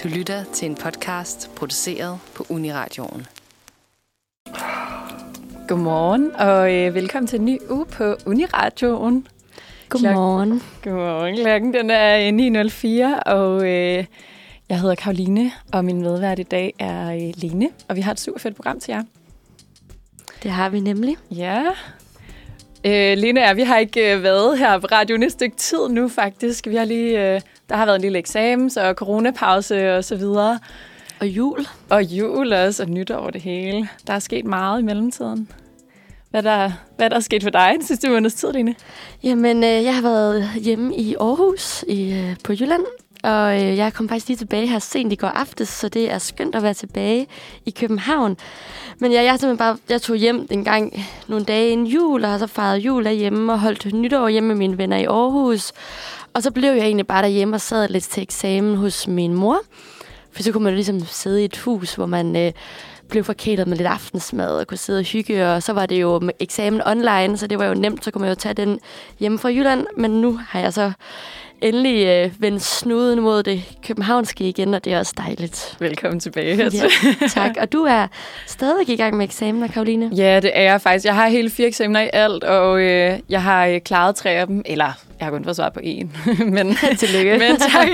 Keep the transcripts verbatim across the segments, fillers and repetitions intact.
Du lytter til en podcast produceret på Uniradioen. Godmorgen og øh, velkommen til en ny uge på Uniradioen. Godmorgen. Klok- Godmorgen. Klokken den er ni nul fire, og øh, jeg hedder Karoline, og min medvært i dag er øh, Lene. Og vi har et super fedt program til jer. Det har vi nemlig. Ja. Øh, Lene og vi har ikke øh, været her på radioen et stykke tid nu faktisk. Vi har lige, øh, der har været en lille eksamen, og coronapause og så videre. Og jul. Og jul også, og nytår over det hele. Der er sket meget i mellemtiden. Hvad der, hvad der er sket for dig den sidste måneds tid, Lene? Jamen, øh, jeg har været hjemme i Aarhus i, øh, på Jylland, og øh, jeg kom faktisk lige tilbage her sent i går aftes, så det er skønt at være tilbage i København. Men jeg, jeg, simpelthen bare, jeg tog hjem en gang nogle dage inden jul, og har så fejret jul derhjemme og holdt nytår hjemme med mine venner i Aarhus. Og så blev jeg egentlig bare derhjemme og sad lidt til eksamen hos min mor. For så kunne man jo ligesom sidde i et hus, hvor man øh, blev forkælet med lidt aftensmad og kunne sidde og hygge. Og så var det jo med eksamen online, så det var jo nemt. Så kunne man jo tage den hjemme fra Jylland. Men nu har jeg så endelig øh, vendt snuden mod det københavnske igen, og det er også dejligt. Velkommen tilbage. Ja, tak. Og du er stadig i gang med eksamener, Karoline? Ja, det er jeg faktisk. Jeg har hele fire eksamener i alt, og øh, jeg har øh, klaret tre af dem. Eller, jeg har kun fået svaret på én. men, Tillykke. Men tak.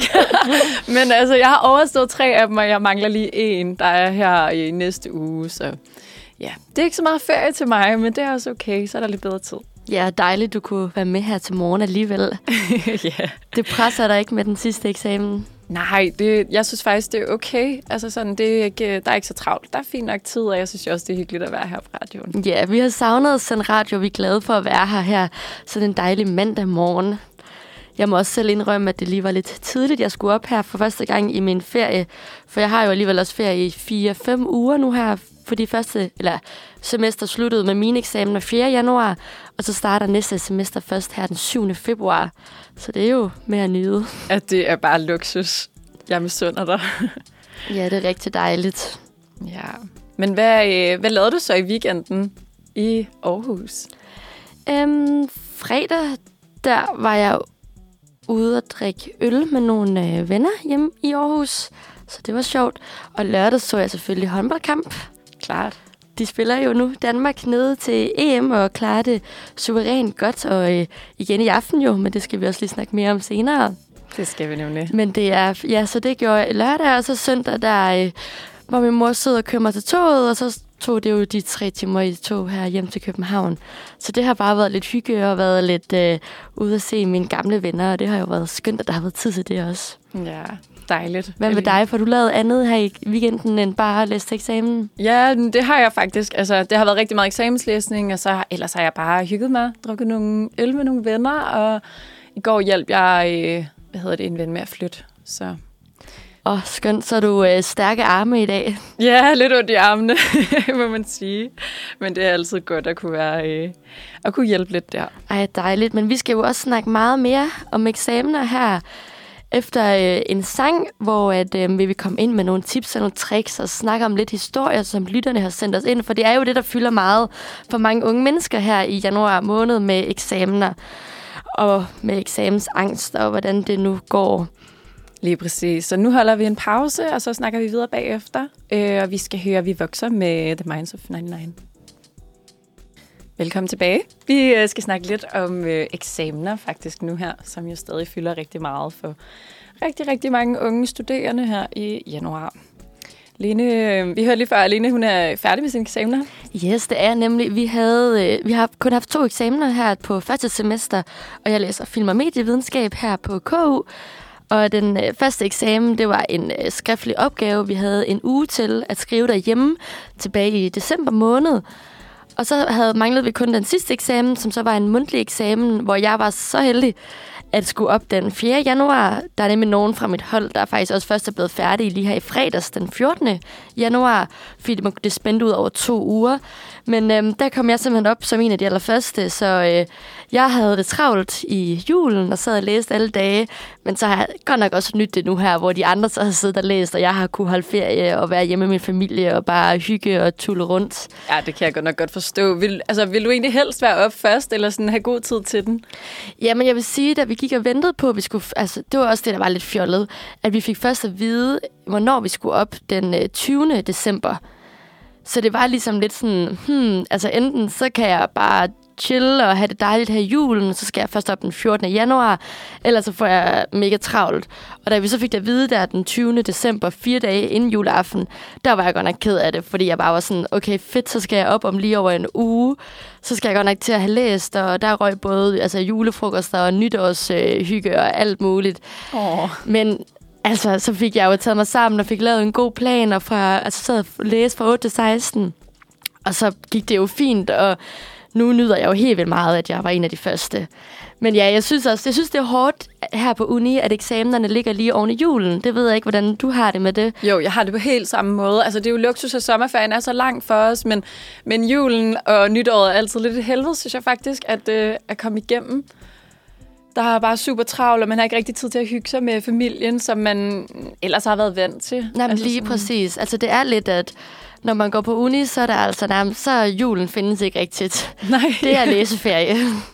Men altså, jeg har overstået tre af dem, og jeg mangler lige én, der er her i næste uge. Så ja, det er ikke så meget ferie til mig, men det er også okay. Så er der lidt bedre tid. Ja, dejligt, du kunne være med her til morgen alligevel. Ja. Det presser dig ikke med den sidste eksamen? Nej, det, jeg synes faktisk, det er okay. Altså sådan, det er ikke, der er ikke så travlt. Der er fint nok tid, og jeg synes også, det er hyggeligt at være her på radioen. Ja, vi har savnet at sende radio, vi er glade for at være her her sådan en dejlig mandag morgen. Jeg må også selv indrømme, at det lige var lidt tidligt, jeg skulle op her for første gang i min ferie. For jeg har jo alligevel også ferie i fire fem uger nu her, fordi første eller semester sluttede med mine eksamener fjerde januar, og så starter næste semester først her den syvende februar. Så det er jo med at nyde. At det er bare luksus. Jeg misunder dig. Ja, det er rigtig dejligt. Ja. Men hvad, hvad lavede du så i weekenden i Aarhus? Øhm, fredag, der var jeg ude at drikke øl med nogle øh, venner hjemme i Aarhus. Så det var sjovt. Og lørdag så jeg selvfølgelig håndboldkamp. Klart. De spiller jo nu Danmark nede til E M og klarer det suverænt godt. Og øh, igen i aften jo, men det skal vi også lige snakke mere om senere. Det skal vi nemlig. Men det er, ja, så det gjorde jeg lørdag, og så søndag, der øh, hvor min mor sidder og kører mig til toget, og så tog det jo de tre timer i tog her hjem til København. Så det har bare været lidt hygge og været lidt øh, ude at se mine gamle venner, og det har jo været skønt, at der har været tid til det også. Ja, dejligt. Hvad med dig? For du lavede andet her i weekenden end bare at læse til eksamen? Ja, det har jeg faktisk. Altså, det har været rigtig meget eksamenslæsning, og så ellers har jeg bare hygget mig, drukket nogle øl med nogle venner, og i går hjalp jeg øh, hvad hedder det, en ven med at flytte. Så Åh, oh, skønt. Så er du øh, stærke arme i dag. ja, lidt ondt i armene, må man sige. Men det er altid godt at kunne, være, øh, at kunne hjælpe lidt der. Ej, dejligt. Men vi skal jo også snakke meget mere om eksamener her efter øh, en sang, hvor at, øh, vil vi komme ind med nogle tips og nogle tricks og snakke om lidt historier, som lytterne har sendt os ind. For det er jo det, der fylder meget for mange unge mennesker her i januar måned med eksamener og med eksamensangst og hvordan det nu går. Lige præcis. Så nu holder vi en pause, og så snakker vi videre bagefter. Øh, og vi skal høre Vi Vokser med The Minds of nioghalvfems. Velkommen tilbage. Vi øh, skal snakke lidt om øh, eksamener faktisk nu her, som jo stadig fylder rigtig meget for rigtig, rigtig mange unge studerende her i januar. Lene, øh, vi hørte lige før, at Lene hun er færdig med sine eksamener. Yes, det er nemlig. Vi, havde, øh, vi har kun haft to eksamener her på første semester, og jeg læser film- og medievidenskab her på K U. Og den øh, første eksamen, det var en øh, skriftlig opgave. Vi havde en uge til at skrive derhjemme tilbage i december måned. Og så havde manglet vi kun den sidste eksamen, som så var en mundtlig eksamen, hvor jeg var så heldig at skulle op den fjerde januar. Der er nemlig nogen fra mit hold, der faktisk også først er blevet færdige lige her i fredags den fjortende januar, fordi det er spændt ud over to uger. Men øhm, der kom jeg simpelthen op som en af de allerførste, så øh, jeg havde det travlt i julen og sad og læste alle dage, men så har jeg godt nok også nyt det nu her, hvor de andre så har siddet og læst, og jeg har kunne holde ferie og være hjemme med min familie og bare hygge og tulle rundt. Ja, det kan jeg godt nok godt forstå. Vil, altså, vil du egentlig helst være op først, eller sådan have god tid til den? Jamen, jeg vil sige, da vi gik og ventede på, at vi skulle... Altså, det var også det, der var lidt fjollet, at vi fik først at vide, hvornår vi skulle op den tyvende december. Så det var ligesom lidt sådan, hmm, altså enten så kan jeg bare chill og have det dejligt her i julen, så skal jeg først op den fjortende januar, eller så får jeg mega travlt. Og da vi så fik det at vide der den tyvende december, fire dage inden juleaften, der var jeg godt nok ked af det, fordi jeg bare var sådan, okay fedt, så skal jeg op om lige over en uge, så skal jeg godt nok til at have læst, og der røg både altså, julefrokoster og nytårshygge øh, og alt muligt. Oh. Men altså, så fik jeg jo taget mig sammen og fik lavet en god plan, og fra, altså, sad og læste fra otte til seksten, og så gik det jo fint, og nu nyder jeg jo helt vildt meget, at jeg var en af de første. Men ja, jeg synes også, jeg synes, det er hårdt her på uni, at eksamenerne ligger lige oven i julen. Det ved jeg ikke, hvordan du har det med det. Jo, jeg har det på helt samme måde. Altså, det er jo luksus, at sommerferien er så langt for os, men, men julen og nytåret er altid lidt et helvede, synes jeg faktisk, at, øh, at komme igennem. Der er bare super travlt, og man har ikke rigtig tid til at hygge sig med familien, som man ellers har været vant til. Nej, men altså, lige sådan... præcis. Altså, det er lidt, at når man går på uni, så er der altså nærmest, så julen findes ikke rigtigt. Nej. Det er læseferie.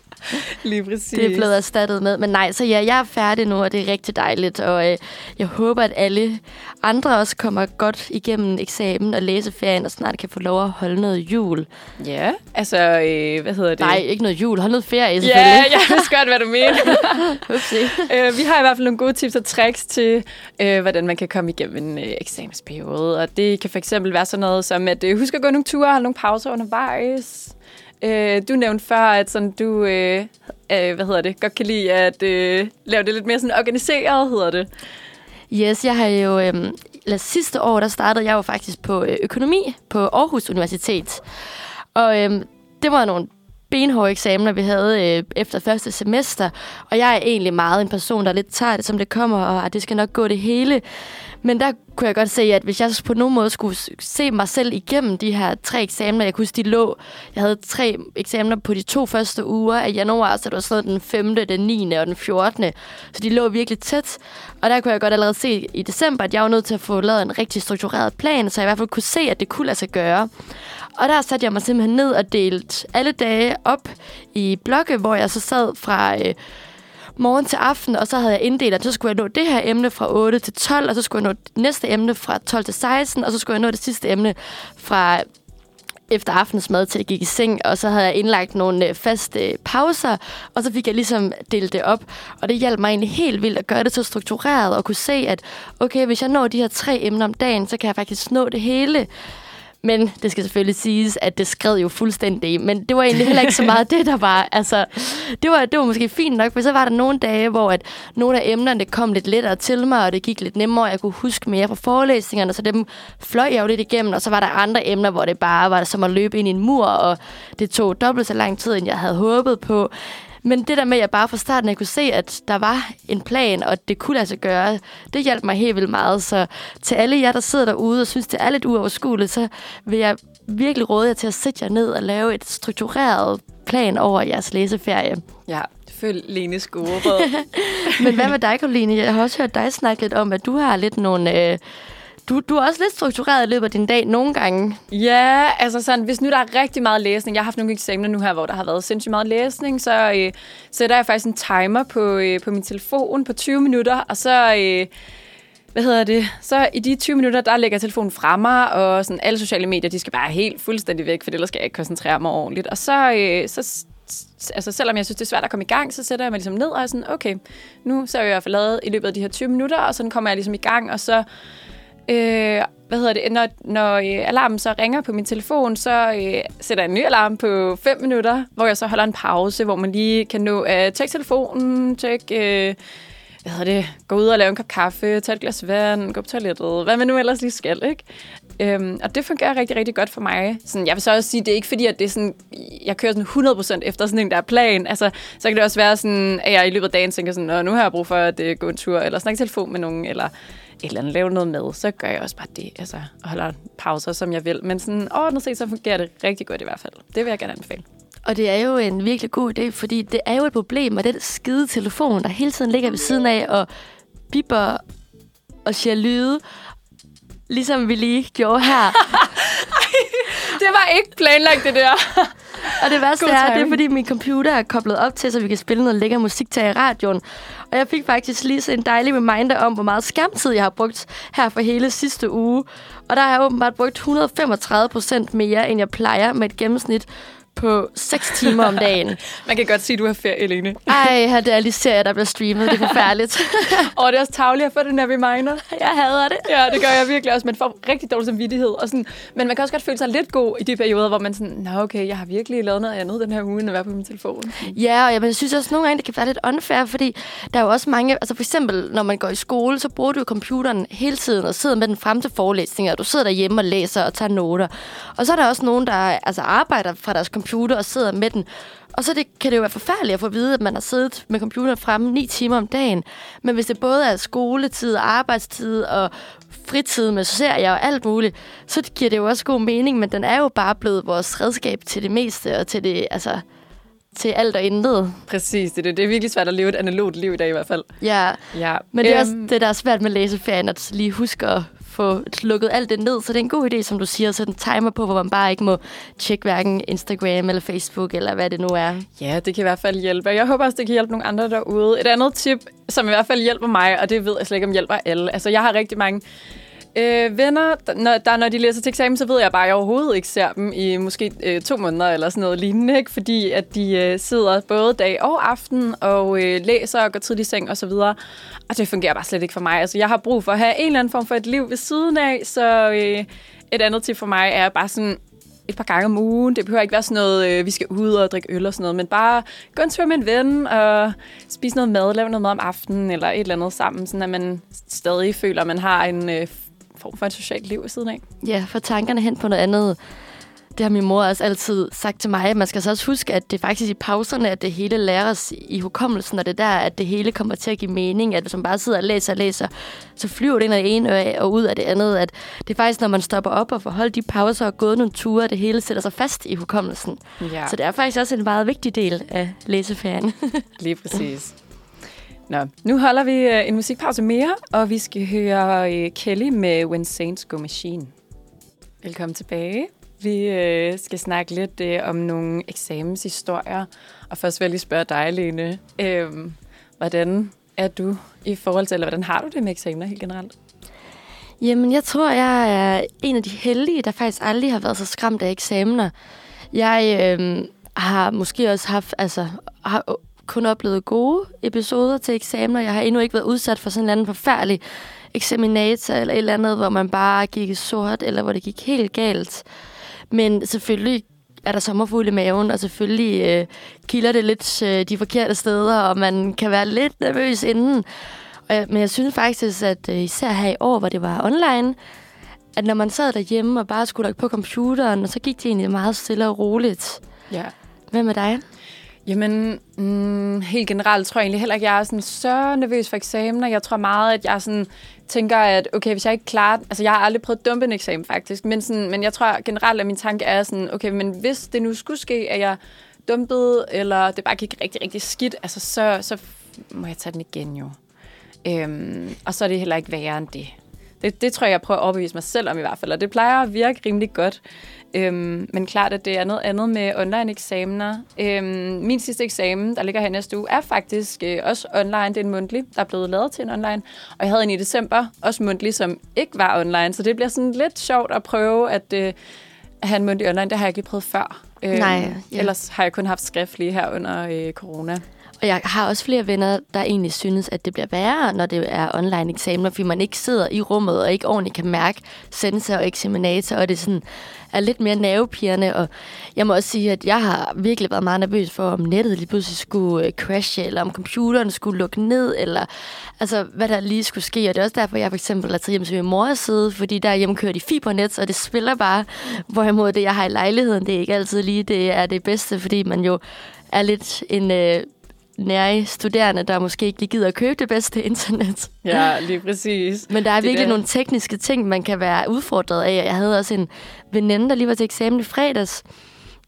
Lige præcis. Det er blevet erstattet med. Men nej, så ja, jeg er færdig nu, og det er rigtig dejligt. Og øh, jeg håber, at alle andre også kommer godt igennem eksamen og læseferien, og snart kan få lov at holde noget jul. Ja, altså, øh, hvad hedder det? Nej, ikke noget jul. Hold noget ferie, selvfølgelig. Ja, jeg ved godt, hvad du mener. øh, vi har i hvert fald nogle gode tips og tricks til, øh, hvordan man kan komme igennem en øh, eksamensperiode. Og det kan for eksempel være sådan noget som, at øh, husk at gå nogle ture og holde nogle pauser undervejs. Øh, du nævnte før, at sådan, du øh, øh, hvad hedder det, godt kan lide at øh, lave det lidt mere sådan organiseret, hedder det. Yes, jeg har jo... Øh, sidste år, der startede jeg jo faktisk på øh, økonomi på Aarhus Universitet. Og øh, det var nogle benhårde eksamener, vi havde øh, efter første semester. Og jeg er egentlig meget en person, der lidt tager det, som det kommer, og at det skal nok gå det hele. Men der kunne jeg godt se, at hvis jeg på nogen måde skulle se mig selv igennem de her tre eksamener, jeg kunne de lå, jeg havde tre eksamener på de to første uger af januar, så det var sådan den femte, den niende og den fjortende. Så de lå virkelig tæt. Og der kunne jeg godt allerede se i december, at jeg var nødt til at få lavet en rigtig struktureret plan, så jeg i hvert fald kunne se, at det kunne lade sig gøre. Og der satte jeg mig simpelthen ned og delt alle dage op i blokke, hvor jeg så sad fra øh, morgen til aften, og så havde jeg inddelt, at så skulle jeg nå det her emne fra otte til tolv, og så skulle jeg nå det næste emne fra tolv til seksten, og så skulle jeg nå det sidste emne fra efter aftensmad til jeg gik i seng, og så havde jeg indlagt nogle faste pauser, og så fik jeg ligesom delt det op, og det hjalp mig egentlig helt vildt at gøre det så struktureret, og kunne se, at okay, hvis jeg når de her tre emner om dagen, så kan jeg faktisk nå det hele. Men det skal selvfølgelig siges, at det skred jo fuldstændig. Men det var egentlig heller ikke så meget det, der var. Altså, det var, det var måske fint nok, for så var der nogle dage, hvor at nogle af emnerne kom lidt lettere til mig, og det gik lidt nemmere, og jeg kunne huske mere fra forelæsningerne, så dem fløj jeg jo lidt igennem. Og så var der andre emner, hvor det bare var som at løbe ind i en mur, og det tog dobbelt så lang tid, end jeg havde håbet på. Men det der med, at jeg bare fra starten jeg kunne se, at der var en plan, og at det kunne lade sig gøre, det hjalp mig helt vildt meget. Så til alle jer, der sidder derude og synes, det er lidt uoverskueligt, så vil jeg virkelig råde jer til at sætte jer ned og lave et struktureret plan over jeres læseferie. Ja, følg Lenes gode råd. Men hvad med dig, Caroline? Jeg har også hørt dig snakke lidt om, at du har lidt nogle... Øh, Du, du er også lidt struktureret i løbet af din dag nogle gange. Ja, altså sådan, hvis nu der er rigtig meget læsning, jeg har haft nogle eksamener nu her, hvor der har været sindssygt meget læsning, så øh, sætter jeg faktisk en timer på, øh, på min telefon på tyve minutter, og så, øh, hvad hedder det, så i de tyve minutter, der lægger telefonen fra mig, og sådan alle sociale medier, de skal bare helt fuldstændig væk, for ellers skal jeg ikke koncentrere mig ordentligt. Og så, øh, så altså selvom jeg synes, det er svært at komme i gang, så sætter jeg mig ligesom ned og er sådan, okay, nu så har jeg i hvert fald lavet i løbet af de her tyve minutter, og så kommer jeg ligesom i gang, og så Øh, hvad hedder det? Når, når øh, alarmen så ringer på min telefon, så øh, sætter jeg en ny alarm på fem minutter, hvor jeg så holder en pause, hvor man lige kan nå at tjekke telefonen, tjekke, øh, hvad hedder det, gå ud og lave en kop kaffe, tage et glas vand, gå på toilettet, hvad man nu ellers lige skal, ikke? Øhm, og det fungerer rigtig, rigtig godt for mig. Sådan, jeg vil så også sige, det er ikke fordi, at det er sådan, jeg kører sådan hundrede procent efter sådan en der plan. Altså, så kan det også være sådan, at jeg i løbet af dagen tænker sådan, nu har jeg brug for at uh, gå en tur, eller snakke telefon med nogen, eller et eller andet, lave noget med, så gør jeg også bare det, altså, og holder pauser, som jeg vil. Men sådan, ordentligt set, så fungerer det rigtig godt i hvert fald. Det vil jeg gerne anbefale. Og det er jo en virkelig god idé, fordi det er jo et problem med den skide telefon, der hele tiden ligger ved siden af og bipper og siger lyde, ligesom vi lige gjorde her. Det var ikke planlagt, det der. Og det værste er, det er, fordi min computer er koblet op til, så vi kan spille noget lækker musik til i radioen. Og jeg fik faktisk lige så en dejlig reminder om, hvor meget skærmtid jeg har brugt her for hele sidste uge. Og der har jeg åbenbart brugt et hundrede og femogtredive procent mere, end jeg plejer med et gennemsnit på seks timer om dagen. Man kan godt sige, at du har ferie, Lene. Ej, her det er lige serier, der bliver streamet. Det er forfærdeligt. Og det er også tarveligt at få den her reminder. Jeg hader det. Ja, det gør jeg virkelig også. Man får rigtig dårlig samvittighed. Og sådan, men man kan også godt føle sig lidt god i de perioder, hvor man sådan, nå okay, jeg har virkelig lavet noget andet den her uge, end at være på min telefon. Ja, og jeg, men jeg synes også nogle gange, det kan være lidt unfair, fordi der er jo også mange, altså for eksempel, når man går i skole, så bruger du jo computeren hele tiden og sidder med den frem til forelæsninger, og du sidder derhjemme og læser og tager noter. Og så er der også nogen, der altså arbejder fra deres computer og sidder med den. Og så det, kan det jo være forfærdeligt at få at vide, at man har siddet med computeren fremme ni timer om dagen. Men hvis det både er skoletid, arbejdstid og fritid med serier og alt muligt, så giver det jo også god mening, men den er jo bare blevet vores redskab til det meste og til det, altså til alt og intet. Præcis, det er, det er virkelig svært at leve et analogt liv i dag i hvert fald. Ja, ja. Men det er også det, der er svært med læseferien, at lige huske at få lukket alt det ned. Så det er en god idé, som du siger, at sætte en timer på, hvor man bare ikke må tjekke hverken Instagram eller Facebook, eller hvad det nu er. Ja, det kan i hvert fald hjælpe. Jeg håber også, det kan hjælpe nogle andre derude. Et andet tip, som i hvert fald hjælper mig, og det ved jeg slet ikke, om hjælper alle. Altså, jeg har rigtig mange øh, venner, der når, der når de læser til eksamen, så ved jeg bare, at jeg overhovedet ikke ser dem i måske øh, to måneder eller sådan noget lignende, ikke? Fordi at de øh, sidder både dag og aften og øh, læser og går tidligt i seng og så videre. Og det fungerer bare slet ikke for mig. Altså, jeg har brug for at have en eller anden form for et liv ved siden af, så øh, et andet tip for mig er bare sådan et par gange om ugen. Det behøver ikke være sådan noget, øh, vi skal ud og drikke øl og sådan noget, men bare gå en tur med en ven og spise noget mad, lave noget mad om aftenen eller et eller andet sammen, sådan at man stadig føler, at man har en øh, form for et socialt liv ved siden af. Ja, for tankerne hen på noget andet. Det har min mor også altid sagt til mig. Man skal så også huske, at det faktisk i pauserne, at det hele læres i hukommelsen, og det der, at det hele kommer til at give mening. At hvis man bare sidder og læser og læser, så flyver det ind af det ene øre og ud af det andet. At det er faktisk, når man stopper op og får holdt de pauser og gået nogle ture, det hele sætter sig fast i hukommelsen. Ja. Så det er faktisk også en meget vigtig del af læseferien. Lige præcis. Nå, nu holder vi en musikpause mere, og vi skal høre Kelly med When Saints Go Machine. Velkommen tilbage. Vi øh, skal snakke lidt øh, om nogle eksamenshistorier. Og først vil jeg lige spørge dig, Lene. Øh, hvordan er du i forhold til, eller hvordan har du det med eksamener helt generelt? Jamen, jeg tror, jeg er en af de heldige, der faktisk aldrig har været så skræmt af eksamener. Jeg øh, har måske også haft, altså, har kun oplevet gode episoder til eksamener. Jeg har endnu ikke været udsat for sådan en anden forfærdelig eksaminator, eller et eller andet, hvor man bare gik i sort, eller hvor det gik helt galt. Men selvfølgelig er der sommerfugle i maven, og selvfølgelig øh, kilder det lidt øh, de forkerte steder, og man kan være lidt nervøs inden. Og, men jeg synes faktisk, at øh, især her i år, hvor det var online, at når man sad derhjemme og bare skulle logge på computeren, og så gik det egentlig meget stille og roligt. Ja. Hvad med dig? Jamen, mm, helt generelt tror jeg egentlig heller ikke, jeg er sådan så nervøs for eksamener. Jeg tror meget, at jeg sådan tænker, at okay, hvis jeg ikke klarer... Altså, jeg har aldrig prøvet at dumpe en eksamen, faktisk. Men, sådan, men jeg tror generelt, at min tanke er sådan, okay, men hvis det nu skulle ske, at jeg dumpede, eller det bare gik rigtig, rigtig skidt, altså, så, så må jeg tage den igen jo. Øhm, og så er det heller ikke værre end det. Det, det tror jeg, jeg prøver at overbevise mig selv om i hvert fald, og det plejer at virke rimelig godt. Øhm, men klart, at det er noget andet med online-eksamener. Øhm, min sidste eksamen, der ligger her næste uge, er faktisk øh, også online. Det er en mundtlig, der er blevet lavet til en online. Og jeg havde en i december, også mundtlig, som ikke var online. Så det bliver sådan lidt sjovt at prøve at, øh, at have en mundtlig online. Det har jeg ikke lige prøvet før. Øhm, Nej, ja. Ellers har jeg kun haft skriftlige her under øh, corona. Og jeg har også flere venner, der egentlig synes, at det bliver værre, når det er online eksamener, fordi man ikke sidder i rummet og ikke ordentligt kan mærke sensor og eksaminator, og det sådan er lidt mere nervepirrende. Og jeg må også sige, at jeg har virkelig været meget nervøs for, om nettet lige pludselig skulle crashe, eller om computeren skulle lukke ned, eller altså, hvad der lige skulle ske. Og det er også derfor, jeg for eksempel er taget hjem til min mors side, fordi der er hjemmekørt i fibernet, og det spiller bare, hvorimod det, jeg har i lejligheden, det er ikke altid lige det er det bedste, fordi man jo er lidt en... Øh, nære studerende, der måske ikke lige gider at købe det bedste internet. Ja, lige præcis. Men der er det virkelig der. nogle tekniske ting, man kan være udfordret af. Jeg havde også en veninde, der lige var til eksamen i fredags,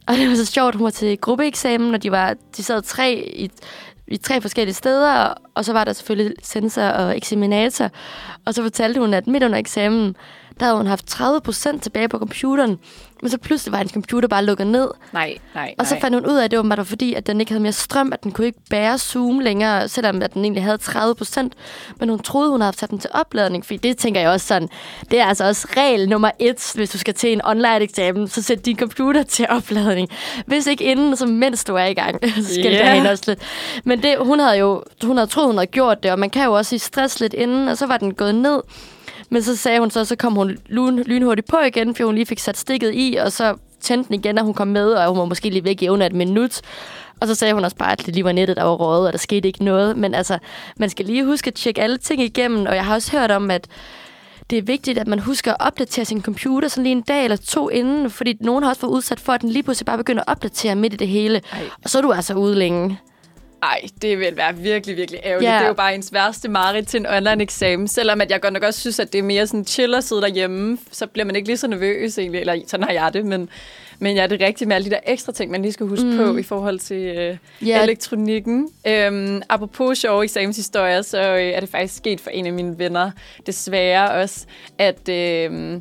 Og det var så sjovt, hun var til gruppeeksamen, og de, var, de sad tre i, i tre forskellige steder, og så var der selvfølgelig censor og eksaminator. Og så fortalte hun, at midt under eksamen, der havde hun haft tredive procent tilbage på computeren, men så pludselig var hendes computer bare lukket ned. Nej, nej, Og så nej. fandt hun ud af, at det var fordi, at den ikke havde mere strøm, at den kunne ikke bære Zoom længere, selvom at den egentlig havde tredive procent. Men hun troede, hun havde sat den til opladning, fordi det tænker jeg også sådan, det er altså også regel nummer et, hvis du skal til en online-eksamen, så sæt din computer til opladning. Hvis ikke inden, så mens du er i gang. Så skal yeah. det hende også lidt. Men det, hun havde jo hun havde troet, hun havde gjort det, og man kan jo også i stress lidt inden, og så var den gået ned. Men så sagde hun så, så kom hun lyn, lynhurtigt på igen, for hun lige fik sat stikket i, og så tændte den igen, og hun kom med, og hun var måske lige væk i under et minut. Og så sagde hun også bare, at det lige var nettet, der var røget, og der skete ikke noget. Men altså, man skal lige huske at tjekke alle ting igennem, og jeg har også hørt om, at det er vigtigt, at man husker at opdatere sin computer sådan lige en dag eller to inden, fordi nogen har også været udsat for, at den lige pludselig bare begynder at opdatere midt i det hele. Ej. Og så er du altså ude længe. Ej, det vil være virkelig, virkelig ærgerligt. Yeah. Det er jo bare ens værste mareridt til en online-eksamen. Selvom at jeg godt nok også synes, at det er mere sådan chill at sidde derhjemme, så bliver man ikke lige så nervøs egentlig. Eller sådan har jeg det, men, men ja, det er rigtigt med alle de der ekstra ting, man lige skal huske mm. på i forhold til øh, yeah. elektronikken. Øhm, apropos sjove eksamenshistorier, så øh, er det faktisk sket for en af mine venner, desværre også, at Øh,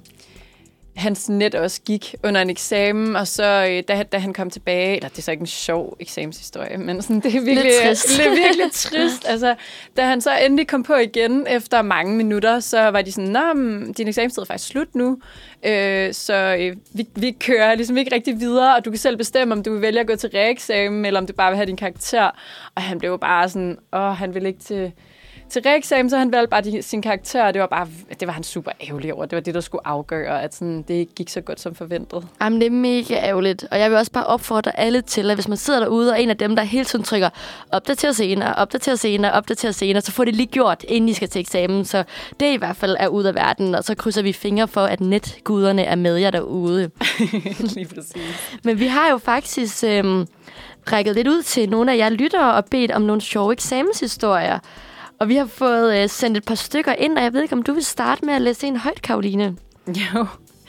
hans net også gik under en eksamen, og så øh, da, da han kom tilbage, eller det er så ikke en sjov eksamenshistorie, men sådan, det er virkelig lidt trist. Det er virkelig trist. Altså, da han så endelig kom på igen efter mange minutter, så var de sådan, nå, men, din eksamenstid er faktisk slut nu, øh, så øh, vi, vi kører ligesom ikke rigtig videre, og du kan selv bestemme, om du vil vælge at gå til reeksamen, eller om du bare vil have din karakter. Og han blev bare sådan, åh, han vil ikke til... Til reeksamen, så han valgte bare de, sin karakter, og det var, bare, det var han super ærgerlig over. Det var det, der skulle afgøre, at sådan, det ikke gik så godt som forventet. Jamen, det er mega ærgerligt. Og jeg vil også bare opfordre alle til, at hvis man sidder derude, og en af dem, der hele tiden trykker opdater senere, opdater senere, opdater senere, så får det lige gjort, inden I skal til eksamen. Så det i hvert fald er ud af verden, og så krydser vi fingre for, at netguderne er med jer derude. Lige præcis. Men vi har jo faktisk øhm, rækket lidt ud til nogle af jer lyttere og bedt om nogle sjove eksamenshistorier. Og vi har fået øh, sendt et par stykker ind, og jeg ved ikke, om du vil starte med at læse en højt, Karoline? Jo,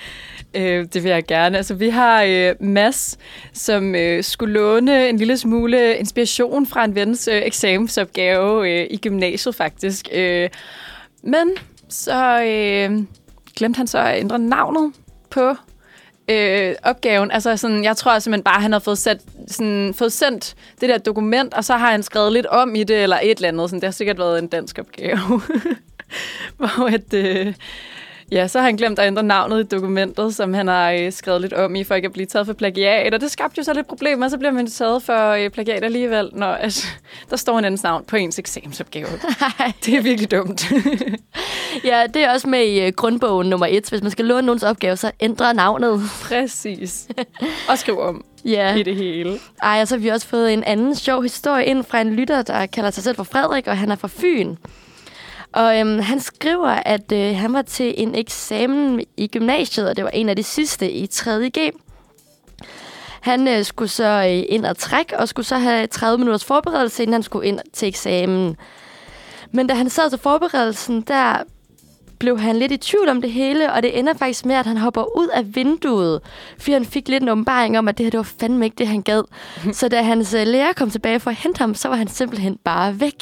øh, det vil jeg gerne. Altså, vi har øh, Mads, som øh, skulle låne en lille smule inspiration fra en vens øh, eksamensopgave øh, i gymnasiet, faktisk. Øh, men så øh, glemte han så at ændre navnet på Øh, opgaven. Altså sådan, jeg tror simpelthen bare, at han har fået, sat, sådan, fået sendt det der dokument, og så har han skrevet lidt om i det, eller et eller andet. Sådan, det har sikkert været en dansk opgave. Hvor at, øh, ja, så har han glemt at ændre navnet i dokumentet, som han har øh, skrevet lidt om i, for ikke at blive taget for plagiat. Og det skabte jo så lidt problemer, og så bliver man taget for øh, plagiat alligevel, når altså, der står en andens navn på ens eksamensopgave. Det er virkelig dumt. Ja, det er også med i uh, grundbogen nummer et. Hvis man skal låne nogens opgave, så ændre navnet. Præcis. Og skriv om yeah. i det hele. Ej, og så har vi også fået en anden sjov historie ind fra en lytter, der kalder sig selv for Frederik, og han er fra Fyn. Og øhm, han skriver, at øh, han var til en eksamen i gymnasiet, og det var en af de sidste i tredje G. Han øh, skulle så øh, ind og trække, og skulle så have tredive minutters forberedelse, inden han skulle ind til eksamen. Men da han sad til forberedelsen, der blev han lidt i tvivl om det hele, og det ender faktisk med, at han hopper ud af vinduet, fordi han fik lidt en åbenbaring om, at det her det var fandme ikke det, han gad. Så da hans øh, lærer kom tilbage for at hente ham, så var han simpelthen bare væk.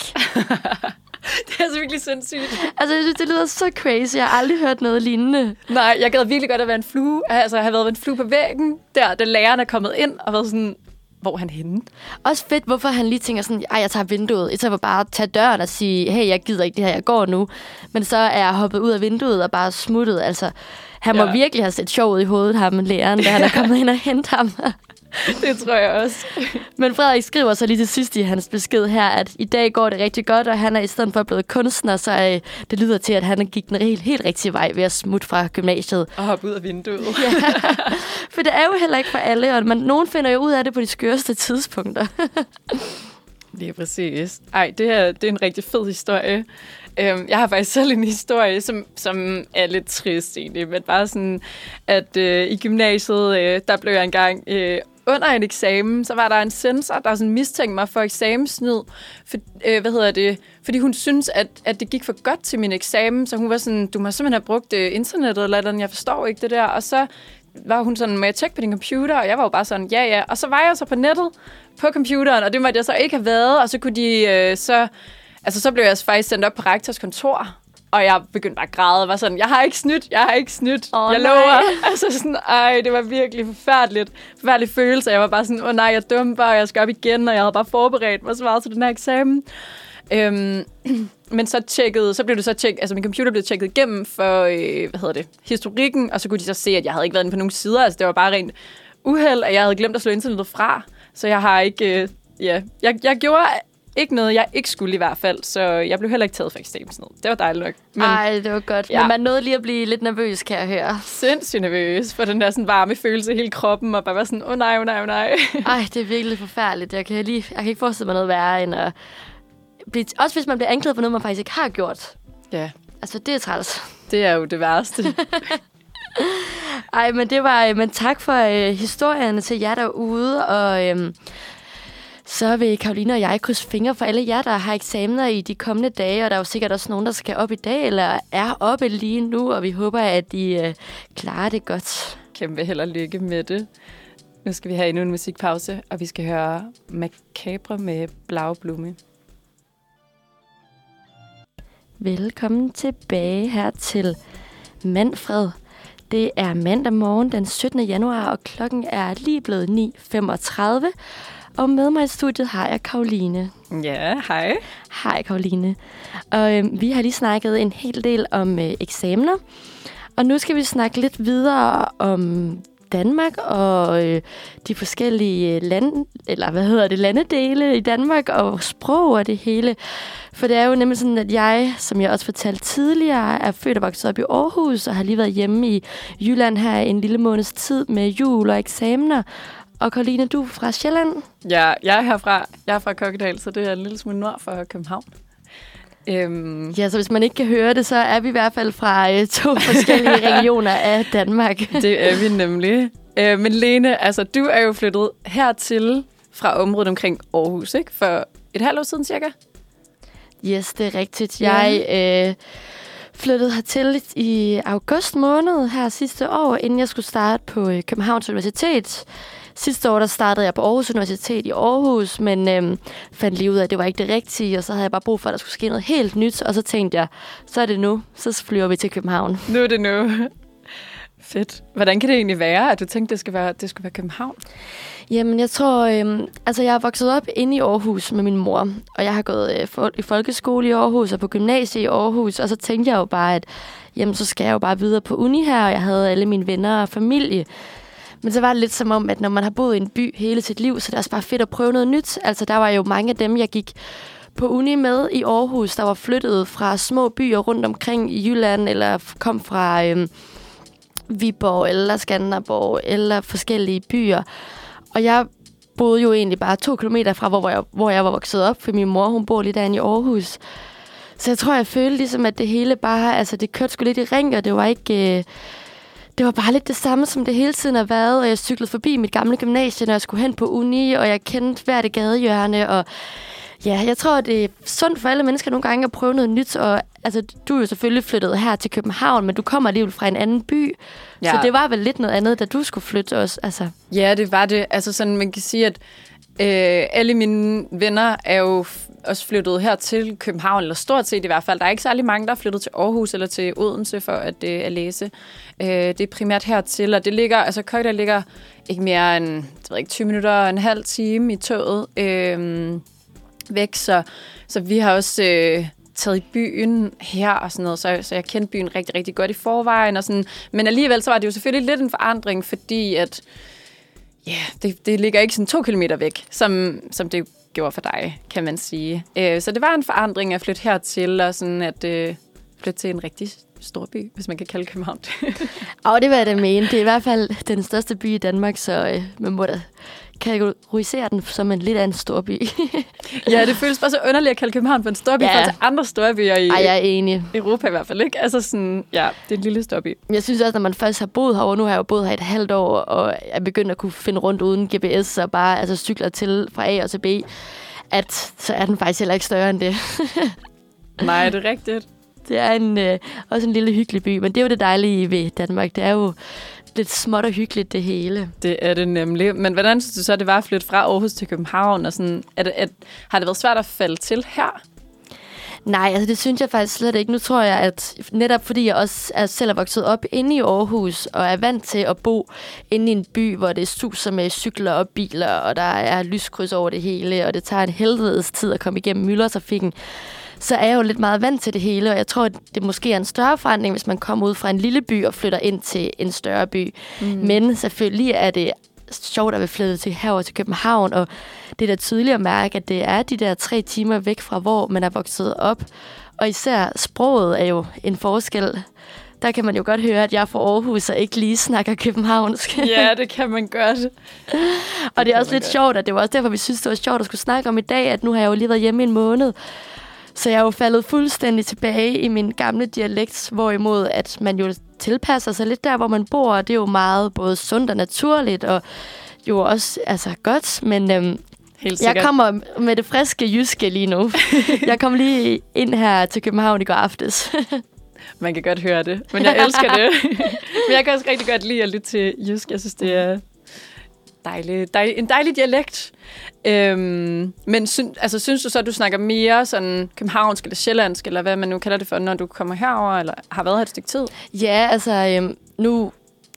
Det er altså virkelig sindssygt. Altså, jeg synes, det lyder så crazy. Jeg har aldrig hørt noget lignende. Nej, jeg gad virkelig godt at være en flue. Altså, have været en flue på væggen, der da læreren er kommet ind, og været sådan, hvor er han henne? Også fedt, hvorfor han lige tænker sådan, ej, jeg tager vinduet. I stedet for bare at tage døren og sige, hey, jeg gider ikke det her, jeg går nu. Men så er jeg hoppet ud af vinduet og bare smuttet. Altså, han må ja. virkelig have set sjov ud i hovedet, ham læreren, da han er kommet ind og hentet ham. Det tror jeg også. Men Frederik skriver så lige til sidst i hans besked her, at i dag går det rigtig godt, og han er i stedet for blevet kunstner, så øh, det lyder til, at han gik den helt, helt rigtige vej ved at smutte fra gymnasiet. Og hoppe ud af vinduet. Ja, for det er jo heller ikke for alle, og man, nogen finder jo ud af det på de skøreste tidspunkter. Det er præcis. Ej, det her det er en rigtig fed historie. Um, jeg har faktisk selv en historie, som, som er lidt trist egentlig, men bare sådan, at øh, i gymnasiet, øh, der blev jeg engang øh, under en eksamen, så var der en censor, der sådan mistænkte mig for eksamenssnyd, for, øh, hvad hedder det, fordi hun syntes, at, at det gik for godt til min eksamen, så hun var sådan, du må simpelthen have brugt øh, internettet eller andet, jeg forstår ikke det der, og så var hun sådan, må jeg tjekke på din computer? Og jeg var jo bare sådan, ja, ja. Og så var jeg så på nettet på computeren, og det måtte jeg så ikke have været. Og så kunne de øh, så... Altså, så blev jeg faktisk sendt op på rektors kontor, og jeg begyndte bare at græde. Jeg var sådan, jeg har ikke snydt, jeg har ikke snydt. Oh, jeg lover. Altså sådan, ej, det var virkelig forfærdeligt. Forfærdelig følelse. Jeg var bare sådan, åh oh, nej, jeg dumper, og jeg skal op igen, og jeg havde bare forberedt mig så meget til den her eksamen. Øhm, men så tjekkede, så blev det så tjekket, altså min computer blev tjekket igennem for, øh, hvad hedder det, historikken, og så kunne de så se, at jeg havde ikke været inde på nogen sider. Altså, det var bare rent uheld, at jeg havde glemt at slå internettet fra. Så jeg har ikke, øh, ja, jeg, jeg gjorde... Ikke noget, jeg ikke skulle i hvert fald, så jeg blev heller ikke taget for eksamensned. Det var dejligt nok. Men, Ej, det var godt. Ja. Men man nåede lige at blive lidt nervøs, kan jeg høre. Sindssygt nervøs for den der sådan varme følelse i hele kroppen, og bare være sådan, åh oh, nej, åh oh, nej, åh oh, nej. Ej, det er virkelig forfærdeligt. Jeg kan, lige, jeg kan ikke forestille mig noget værre, end at blive, også hvis man bliver anklaget for noget, man faktisk ikke har gjort. Ja. Altså, det er træls. Det er jo det værste. Ej, men det var, men tak for øh, historierne til jer derude, og... Øh, Så vil Karoline og jeg krydse fingre for alle jer, der har eksamener i de kommende dage, og der er jo sikkert også nogen, der skal op i dag, eller er oppe lige nu, og vi håber, at I øh, klarer det godt. Kæmpe held og lykke med det. Nu skal vi have endnu en musikpause, og vi skal høre Macabre med Blaublume. Velkommen tilbage her til Manfred. Det er mandag morgen den syttende januar, og klokken er lige blevet ni femogtredive. Og med mig i studiet har jeg Karoline. Ja, hej. Hej, Karoline. Og øh, vi har lige snakket en hel del om øh, eksamener. Og nu skal vi snakke lidt videre om Danmark og øh, de forskellige lande, eller hvad hedder det, landedele i Danmark og sprog og det hele. For det er jo nemlig sådan, at jeg, som jeg også fortalte tidligere, er født og vokset op i Aarhus og har lige været hjemme i Jylland her en lille måneds tid med jul og eksamener. Og Karoline, du er fra Sjælland? Ja, jeg er herfra. Jeg er fra Kokkedal, så det er en lille smule nord for København. Øhm. Ja, så hvis man ikke kan høre det, så er vi i hvert fald fra øh, to forskellige regioner af Danmark. Det er vi nemlig. Øh, men Lene, altså, du er jo flyttet hertil fra området omkring Aarhus, ikke? For et halvt år siden cirka? Yes, det er rigtigt. Jeg øh, flyttede hertil i august måned her sidste år, inden jeg skulle starte på øh, Københavns Universitet. Sidste år der startede jeg på Aarhus Universitet i Aarhus, men øhm, fandt lige ud af, at det var ikke det rigtige, og så havde jeg bare brug for, at der skulle ske noget helt nyt, og så tænkte jeg, så er det nu, så flyver vi til København. Nu er det nu. Fedt. Hvordan kan det egentlig være, at du tænkte, det skulle være, det skulle være København? Jamen, jeg tror, øhm, altså jeg er vokset op inde i Aarhus med min mor, og jeg har gået øh, for, i folkeskole i Aarhus og på gymnasiet i Aarhus, og så tænkte jeg jo bare, at jamen, så skal jeg jo bare videre på uni her, og jeg havde alle mine venner og familie. Men så var det lidt som om, at når man har boet i en by hele sit liv, så det er også bare fedt at prøve noget nyt. Altså, der var jo mange af dem, jeg gik på uni med i Aarhus, der var flyttet fra små byer rundt omkring i Jylland, eller kom fra øhm, Viborg, eller Skanderborg, eller forskellige byer. Og jeg boede jo egentlig bare to kilometer fra, hvor jeg, hvor jeg var vokset op, for min mor, hun bor lige derinde i Aarhus. Så jeg tror, jeg følte ligesom, at det hele bare, altså det kørte sgu lidt i ring, og det var ikke... Øh, Det var bare lidt det samme, som det hele tiden har været, og jeg cyklede forbi mit gamle gymnasie, når jeg skulle hen på uni, og jeg kendte hvert gadehjørne, og ja, jeg tror, det er sundt for alle mennesker nogle gange at prøve noget nyt, og altså, du er jo selvfølgelig flyttet her til København, men du kommer alligevel fra en anden by, ja. Så det var vel lidt noget andet, da du skulle flytte også, altså. Ja, det var det. Altså sådan, man kan sige, at øh, alle mine venner er jo også flyttet her til København, eller stort set i hvert fald. Der er ikke særlig mange, der er flyttet til Aarhus eller til Odense for at, øh, at læse. Øh, det er primært hertil, og det ligger, altså Kokkedal ligger ikke mere end, det ved ikke, tyve minutter og en halv time i toget øh, væk, så, så vi har også øh, taget i byen her og sådan noget, så, så jeg kendte byen rigtig, rigtig godt i forvejen. Og sådan. Men alligevel så var det jo selvfølgelig lidt en forandring, fordi at ja, yeah, det, det ligger ikke sådan to kilometer væk, som, som det gjorde for dig, kan man sige. Øh, så det var en forandring at flytte hertil, og sådan at øh, flytte til en rigtig stor by, hvis man kan kalde København. Og det vil jeg da mene. Det er i hvert fald den største by i Danmark, så øh, man må da kategorisere den som en lidt af en stor by. Ja, det føles bare så underligt at kalde København for en stor by, ja. For til andre store byer i Ej, jeg er enig. Europa i hvert fald, ikke? Altså sådan, ja, det er en lille stor by. Jeg synes også, når man først har boet herovre, nu har jeg jo boet her et halvt år, og er begyndt at kunne finde rundt uden G P S, og bare altså, cykler til fra A og til B, at så er den faktisk heller ikke større end det. Nej, det er rigtigt. Det er en, øh, også en lille hyggelig by, men det er jo det dejlige ved Danmark. Det er jo lidt småt og hyggeligt, det hele. Det er det nemlig. Men hvordan synes du så, det var at flytte fra Aarhus til København? Og sådan, er det, er, har det været svært at falde til her? Nej, altså det synes jeg faktisk slet ikke. Nu tror jeg, at netop fordi jeg også er selv er vokset op inde i Aarhus, og er vant til at bo inde i en by, hvor det suser med cykler og biler, og der er lyskryds over det hele, og det tager en helvedes tid at komme igennem myldretrafikken, så er jeg jo lidt meget vant til det hele, og jeg tror, at det måske er en større forandring, hvis man kommer ud fra en lille by og flytter ind til en større by. Mm. Men selvfølgelig er det sjovt at være flyttet til herover til København, og det er da tydeligt at mærke, at det er de der tre timer væk fra, hvor man er vokset op. Og især sproget er jo en forskel. Der kan man jo godt høre, at jeg er fra Aarhus og ikke lige snakker københavnsk. Ja, det kan man godt. Og det er også lidt godt. Sjovt, og det var også derfor, vi synes, det var sjovt at skulle snakke om i dag, at nu har jeg jo lige været hjemme i en måned. Så jeg er jo faldet fuldstændig tilbage i min gamle dialekt, hvorimod at man jo tilpasser sig lidt der, hvor man bor. Det er jo meget både sundt og naturligt, og jo også altså, godt. Men øhm, jeg kommer med det friske jyske lige nu. Jeg kom lige ind her til København i går aftes. Man kan godt høre det, men jeg elsker det. Men jeg kan også rigtig godt lide at lytte til jysk. Jeg synes, det er dejlig, dejlig, en dejlig dialekt. Øhm, men sy, altså, synes du så, at du snakker mere sådan københavnsk eller sjællandsk, eller hvad man nu kalder det for, når du kommer herover eller har været her et stykke tid? Ja, altså øhm, nu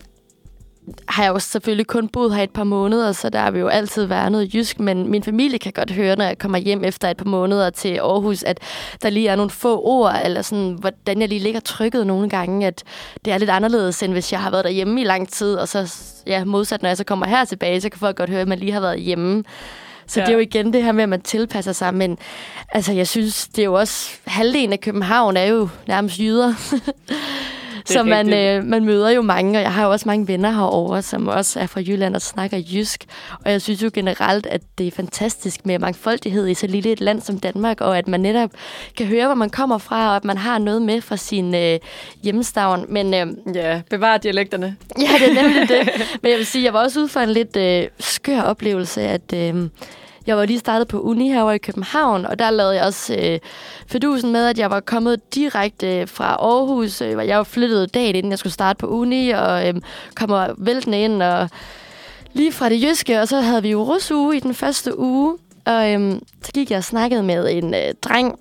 har jeg jo selvfølgelig kun boet her et par måneder, så der har vi jo altid været noget jysk, men min familie kan godt høre, når jeg kommer hjem efter et par måneder til Aarhus, at der lige er nogle få ord, eller sådan, hvordan jeg lige ligger trykket nogle gange, at det er lidt anderledes, end hvis jeg har været derhjemme i lang tid, og så ja, modsat, når jeg så kommer her tilbage, så kan folk godt høre, at man lige har været hjemme. Så ja. Det er jo igen det her med, at man tilpasser sig, men altså, jeg synes, det er jo også, halvdelen af København er jo nærmest jyder. Så man, øh, man møder jo mange, og jeg har jo også mange venner herovre, som også er fra Jylland og snakker jysk. Og jeg synes jo generelt, at det er fantastisk med mangfoldighed i så lille et land som Danmark, og at man netop kan høre, hvor man kommer fra, og at man har noget med fra sin øh, hjemstavn. Men, øh, ja, bevare dialekterne. Ja, det er nemlig det. Men jeg vil sige, jeg var også ude for en lidt øh, skør oplevelse, at Øh, jeg var lige startet på uni herovre i København, og der lavede jeg også øh, fidusen med, at jeg var kommet direkte øh, fra Aarhus. Øh, jeg var flyttet dagen inden jeg skulle starte på uni, og øh, kommer væltende ind og lige fra det jyske, og så havde vi jo rusuge i den første uge, og øh, så gik jeg og snakkede med en øh, dreng,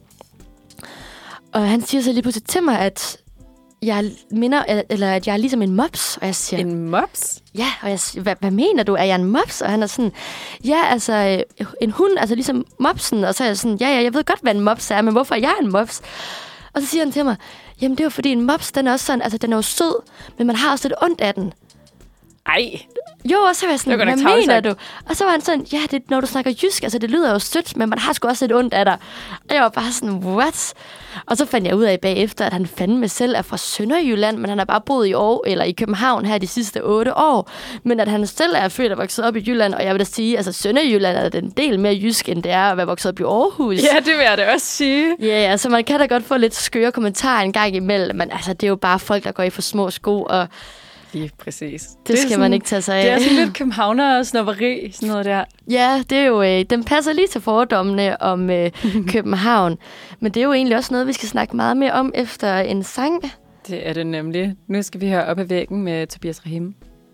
og han siger så lige pludselig til mig, at jeg minder, eller at jeg er ligesom en mops, og jeg siger... En mops? Ja, og jeg siger, hvad, hvad mener du? Er jeg en mops? Og han er sådan, ja, altså, en hund, altså ligesom mopsen. Og så er jeg sådan, ja, ja, jeg ved godt, hvad en mops er, men hvorfor er jeg en mops? Og så siger han til mig, jamen det er jo fordi en mops, den er også sådan, altså den er jo sød, men man har også lidt ondt af den. Ej. Jo, og så var jeg sådan, hvad mener du? Og så var han sådan, ja, det, når du snakker jysk, altså det lyder jo sødt, men man har sgu også lidt ondt af dig. Og jeg var bare sådan, what? Og så fandt jeg ud af bagefter, at han fandme selv er fra Sønderjylland, men han har bare boet i år, eller i København her de sidste otte år. Men at han selv er født og vokset op i Jylland, og jeg vil da sige, altså Sønderjylland er en del mere jysk, end det er at være vokset op i Aarhus. Ja, det vil jeg da også sige. Ja, yeah, altså man kan da godt få lidt skøre kommentarer en gang imellem, men altså det er jo bare folk, der går i for små sko, og lige præcis. Det, det skal sådan, man ikke tage sig af. Det er sådan lidt københavner og snobberi, sådan noget der. Ja, det er jo, øh, den passer lige til fordommene om øh, København. Men det er jo egentlig også noget, vi skal snakke meget mere om efter en sang. Det er det nemlig. Nu skal vi høre Op ad væggen med Tobias Rahim.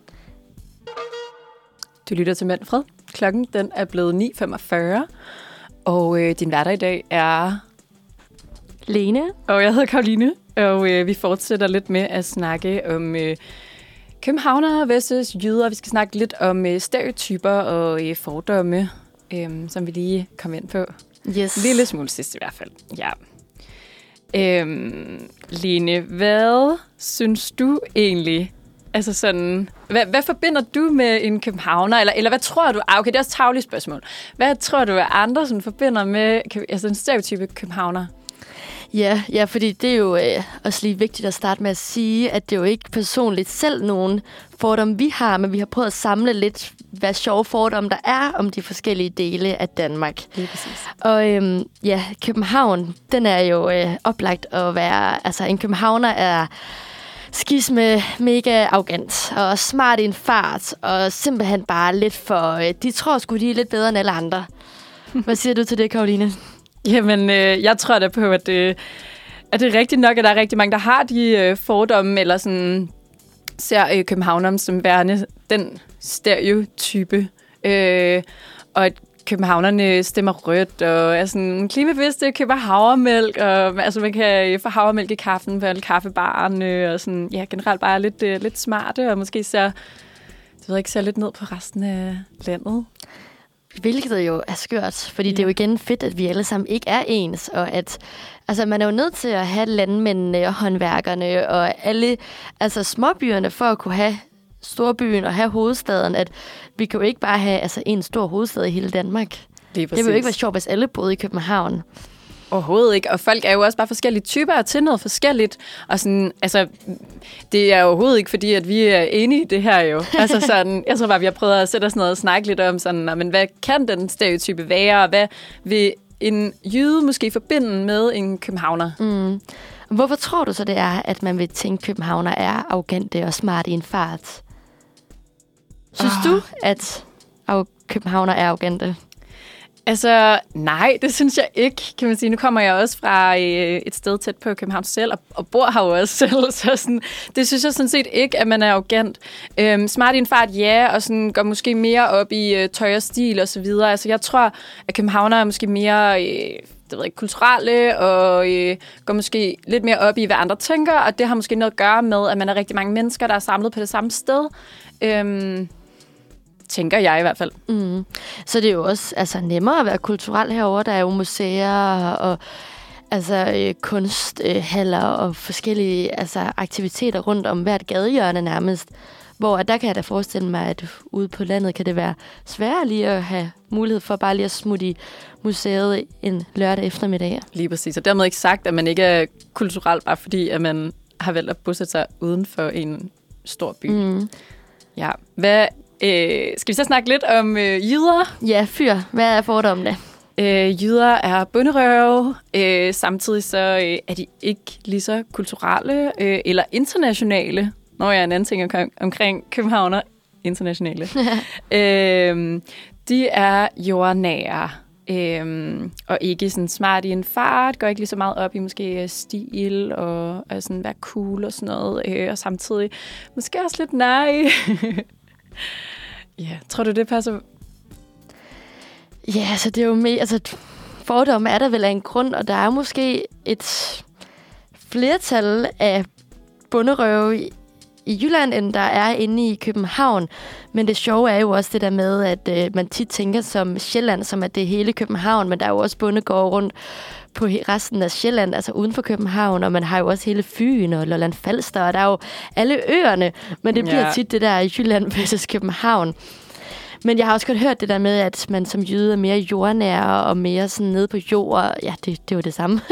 Du lytter til Manfred. Klokken den er blevet ni femogfyrre, og øh, din hverdag i dag er... Lene. Og jeg hedder Karoline, og øh, vi fortsætter lidt med at snakke om... Øh, københavnere versus jyder. Vi skal snakke lidt om øh, stereotyper og øh, fordomme, øh, som vi lige kom ind på. Yes. En lille smule sidst i hvert fald. Ja. Øh, Lene, hvad synes du egentlig? Altså sådan, hvad, hvad forbinder du med en københavner? Eller, eller hvad tror du? Ah, okay, det er også et tarveligt spørgsmål. Hvad tror du, at andre sådan, forbinder med altså, en stereotype københavner? Ja, ja, fordi det er jo øh, også lige vigtigt at starte med at sige, at det er jo ikke personligt selv nogen fordomme, vi har, men vi har prøvet at samle lidt, hvad sjove fordomme der er om de forskellige dele af Danmark. Det er præcis. Og øhm, ja, København, den er jo øh, oplagt at være, altså en københavner er skisme mega arrogant og smart i en fart, og simpelthen bare lidt for, øh, de tror sgu, de er lidt bedre end alle andre. Hvad siger du til det, Karoline? Jamen, øh, jeg tror da på, at, øh, at det er rigtigt nok, at der er rigtig mange, der har de øh, fordomme, eller sådan, ser øh, københavneren som værende den stereotype, øh, og at københavnerne stemmer rødt, og er sådan klimabevidste, køber havremælk, og altså man kan få havremælk i kaffen på alle kaffebarerne, og sådan, ja, generelt bare lidt, øh, lidt smarte, og måske ser, jeg ved ikke, ser lidt ned på resten af landet. Hvilket jo er skørt, fordi ja. Det er jo igen fedt, at vi alle sammen ikke er ens, og at altså, man er jo nødt til at have landmændene og håndværkerne og alle altså, småbyerne for at kunne have storbyen og have hovedstaden, at vi kan jo ikke bare have altså, en stor hovedstad i hele Danmark. Det, det vil jo ikke være sjovt, hvis alle boede i København. Overhovedet ikke, og folk er jo også bare forskellige typer og til noget forskelligt, og sådan, altså, det er overhovedet ikke fordi, at vi er enige i det her jo. Altså sådan, jeg tror bare, vi har prøvet at sætte os ned og snakke lidt om sådan, men hvad kan den stereotype være, og hvad vil en jyde måske forbinde med en københavner? Mm. Hvorfor tror du så, det er, at man vil tænke, at københavner er arrogante og smarte i en fart? Synes oh. du, at københavner er arrogante? Altså, nej, det synes jeg ikke, kan man sige. Nu kommer jeg også fra øh, et sted tæt på København selv, og, og bor her jo også selv, så sådan, det synes jeg sådan set ikke, at man er arrogant. Øhm, smart i en fart, ja, og sådan går måske mere op i øh, tøj og stil og så videre. Altså, jeg tror, at københavner er måske mere øh, det ved ikke, kulturelle, og øh, går måske lidt mere op i, hvad andre tænker, og det har måske noget at gøre med, at man er rigtig mange mennesker, der er samlet på det samme sted. Øhm, tænker jeg i hvert fald. Mm. Så det er jo også altså, nemmere at være kulturel herovre. Der er jo museer og altså, øh, kunsthaller og forskellige altså, aktiviteter rundt om hvert gadehjørne nærmest. Hvor at der kan jeg da forestille mig, at ude på landet kan det være sværere lige at have mulighed for bare lige at smutte i museet en lørdag eftermiddag. Lige præcis. Og dermed ikke sagt, at man ikke er kulturel, bare fordi at man har valgt at bosætte sig uden for en stor by. Mm. Ja. Hvad Øh, skal vi så snakke lidt om øh, jyder? Ja, fyr. Hvad er fordommene? Øh, jyder er bonderøve. Øh, samtidig så øh, er de ikke lige så kulturelle øh, eller internationale. Når jeg er en anden ting omkring, omkring københavner. Internationale. øh, de er jordnære. Øh, og ikke sådan smart i en fart. Går ikke lige så meget op i måske stil og, og sådan være cool og sådan noget. Øh, og samtidig måske også lidt nej. Ja, tror du, det passer? Ja, altså det er jo mere, altså fordomme er der vel af en grund, og der er måske et flertal af bunderøve i, i Jylland, end der er inde i København. Men det sjove er jo også det der med, at øh, man tit tænker som Sjælland, som at det er hele København, men der er jo også bondegårde rundt på resten af Sjælland, altså uden for København, og man har jo også hele Fyn og Lolland Falster, og der er jo alle øerne, men det bliver ja. tit det der i Jylland versus København. Men jeg har også godt hørt det der med, at man som jyde er mere jordnær og mere sådan nede på jord. Ja, det, det er jo det samme.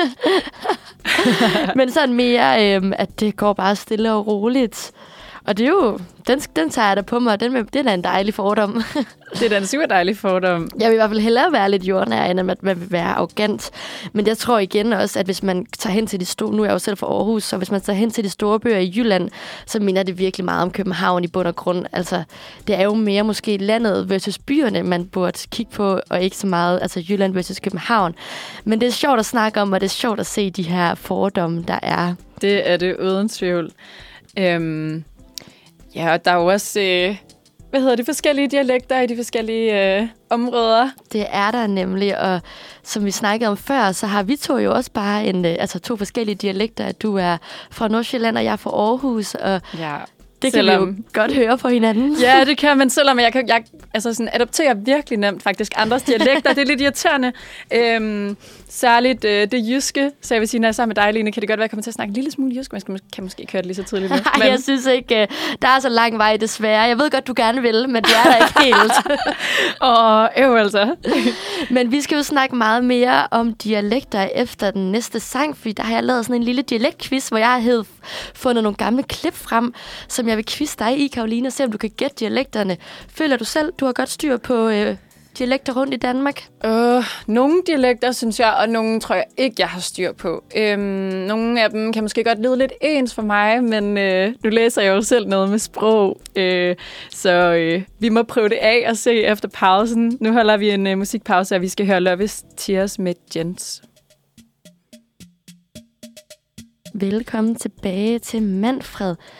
Men sådan mere, øhm, at det går bare stille og roligt. Og det er jo, den, den tager jeg da på mig, den, den er en dejlig fordom. Det er da en super dejlig fordom. Jeg vil i hvert fald hellere være lidt jordnær, end at man vil være arrogant. Men jeg tror igen også, at hvis man tager hen til de store, nu er jeg jo selv fra Aarhus, så hvis man tager hen til de store byer i Jylland, så minder det virkelig meget om København i bund og grund. Altså, det er jo mere måske landet versus byerne, man burde kigge på, og ikke så meget altså Jylland versus København. Men det er sjovt at snakke om, og det er sjovt at se de her fordomme, der er. Det er det uden tvivl. Øhm Ja, og der er jo også, øh, hvad hedder det, forskellige dialekter i de forskellige øh, områder. Det er der nemlig, og som vi snakkede om før, så har vi to jo også bare en, øh, altså to forskellige dialekter. At du er fra Nordsjælland, og jeg er fra Aarhus, og ja. Det kan selvom, vi jo godt høre på hinanden. Ja, det kan man, selvom jeg kan jeg, altså sådan, adopterer virkelig nemt faktisk andres dialekter. Det er lidt irriterende. Øhm, særligt øh, det jyske. Så jeg vil sige, når jeg er sammen med dig, Line, kan det godt være, at jeg kommer til at snakke en lille smule jysk, men jeg kan måske ikke høre det lige så tydeligt. Nej, men... jeg synes ikke, der er så lang vej desværre. Jeg ved godt, du gerne vil, men det er der ikke helt. Åh, øv altså. Men vi skal jo snakke meget mere om dialekter efter den næste sang, fordi der har jeg lavet sådan en lille dialektquiz, hvor jeg har fundet nogle gamle klip frem, som jeg vil quizze dig i, Karoline, og se, om du kan gætte dialekterne. Føler du selv, du har godt styr på øh, dialekter rundt i Danmark? Øh, nogle dialekter, synes jeg, og nogle tror jeg ikke, jeg har styr på. Øhm, nogle af dem kan måske godt lyde lidt ens for mig, men øh, nu læser jeg jo selv noget med sprog, øh, så øh, vi må prøve det af og se efter pausen. Nu holder vi en øh, musikpause, og vi skal høre Love is Tears med Jens. Velkommen tilbage til Manfred.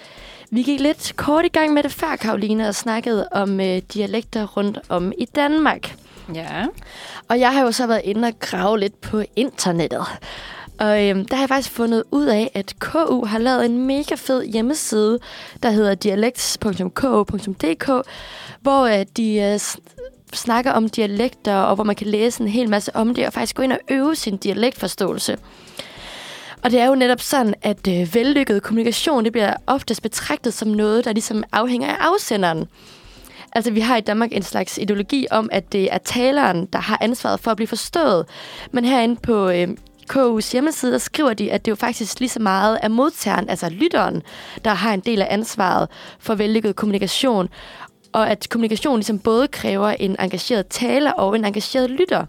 Vi gik lidt kort i gang med det før, Karoline, og snakkede om øh, dialekter rundt om i Danmark. Ja. Og jeg har jo så været inde og grave lidt på internettet. Og øhm, der har jeg faktisk fundet ud af, at K U har lavet en mega fed hjemmeside, der hedder dialekt punktum k u punktum d k, hvor øh, de øh, snakker om dialekter, og hvor man kan læse en hel masse om det, og faktisk gå ind og øve sin dialektforståelse. Og det er jo netop sådan, at øh, vellykket kommunikation, det bliver oftest betragtet som noget, der ligesom afhænger af afsenderen. Altså, vi har i Danmark en slags ideologi om, at det er taleren, der har ansvaret for at blive forstået. Men herinde på øh, K U's hjemmeside, der skriver de, at det jo faktisk lige så meget er modtageren, altså lytteren, der har en del af ansvaret for vellykket kommunikation. Og at kommunikation ligesom både kræver en engageret taler og en engageret lytter.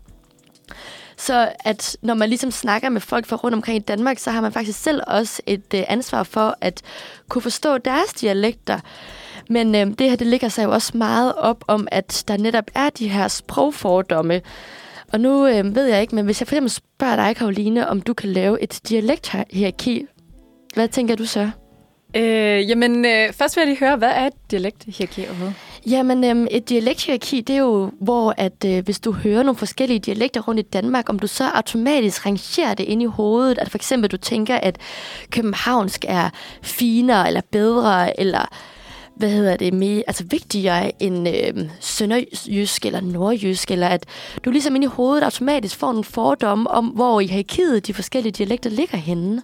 Så at når man ligesom snakker med folk fra rundt omkring i Danmark, så har man faktisk selv også et øh, ansvar for at kunne forstå deres dialekter. Men øh, det her, det ligger sig jo også meget op om, at der netop er de her sprogfordomme. Og nu øh, ved jeg ikke, men hvis jeg for eksempel spørger dig, Karoline, om du kan lave et dialekthierarki, hvad tænker du så? Øh, jamen, øh, først vil jeg lige høre, hvad er et dialekthierarki overhovedet? Jamen, øhm, et dialekthierarki, det er jo, hvor at, øh, hvis du hører nogle forskellige dialekter rundt i Danmark, om du så automatisk rangerer det ind i hovedet, at for eksempel du tænker, at københavnsk er finere eller bedre, eller hvad hedder det, mere, altså vigtigere end øh, sønderjysk eller nordjysk, eller at du ligesom ind i hovedet automatisk får nogle fordomme om, hvor i hierarkiet de forskellige dialekter ligger henne.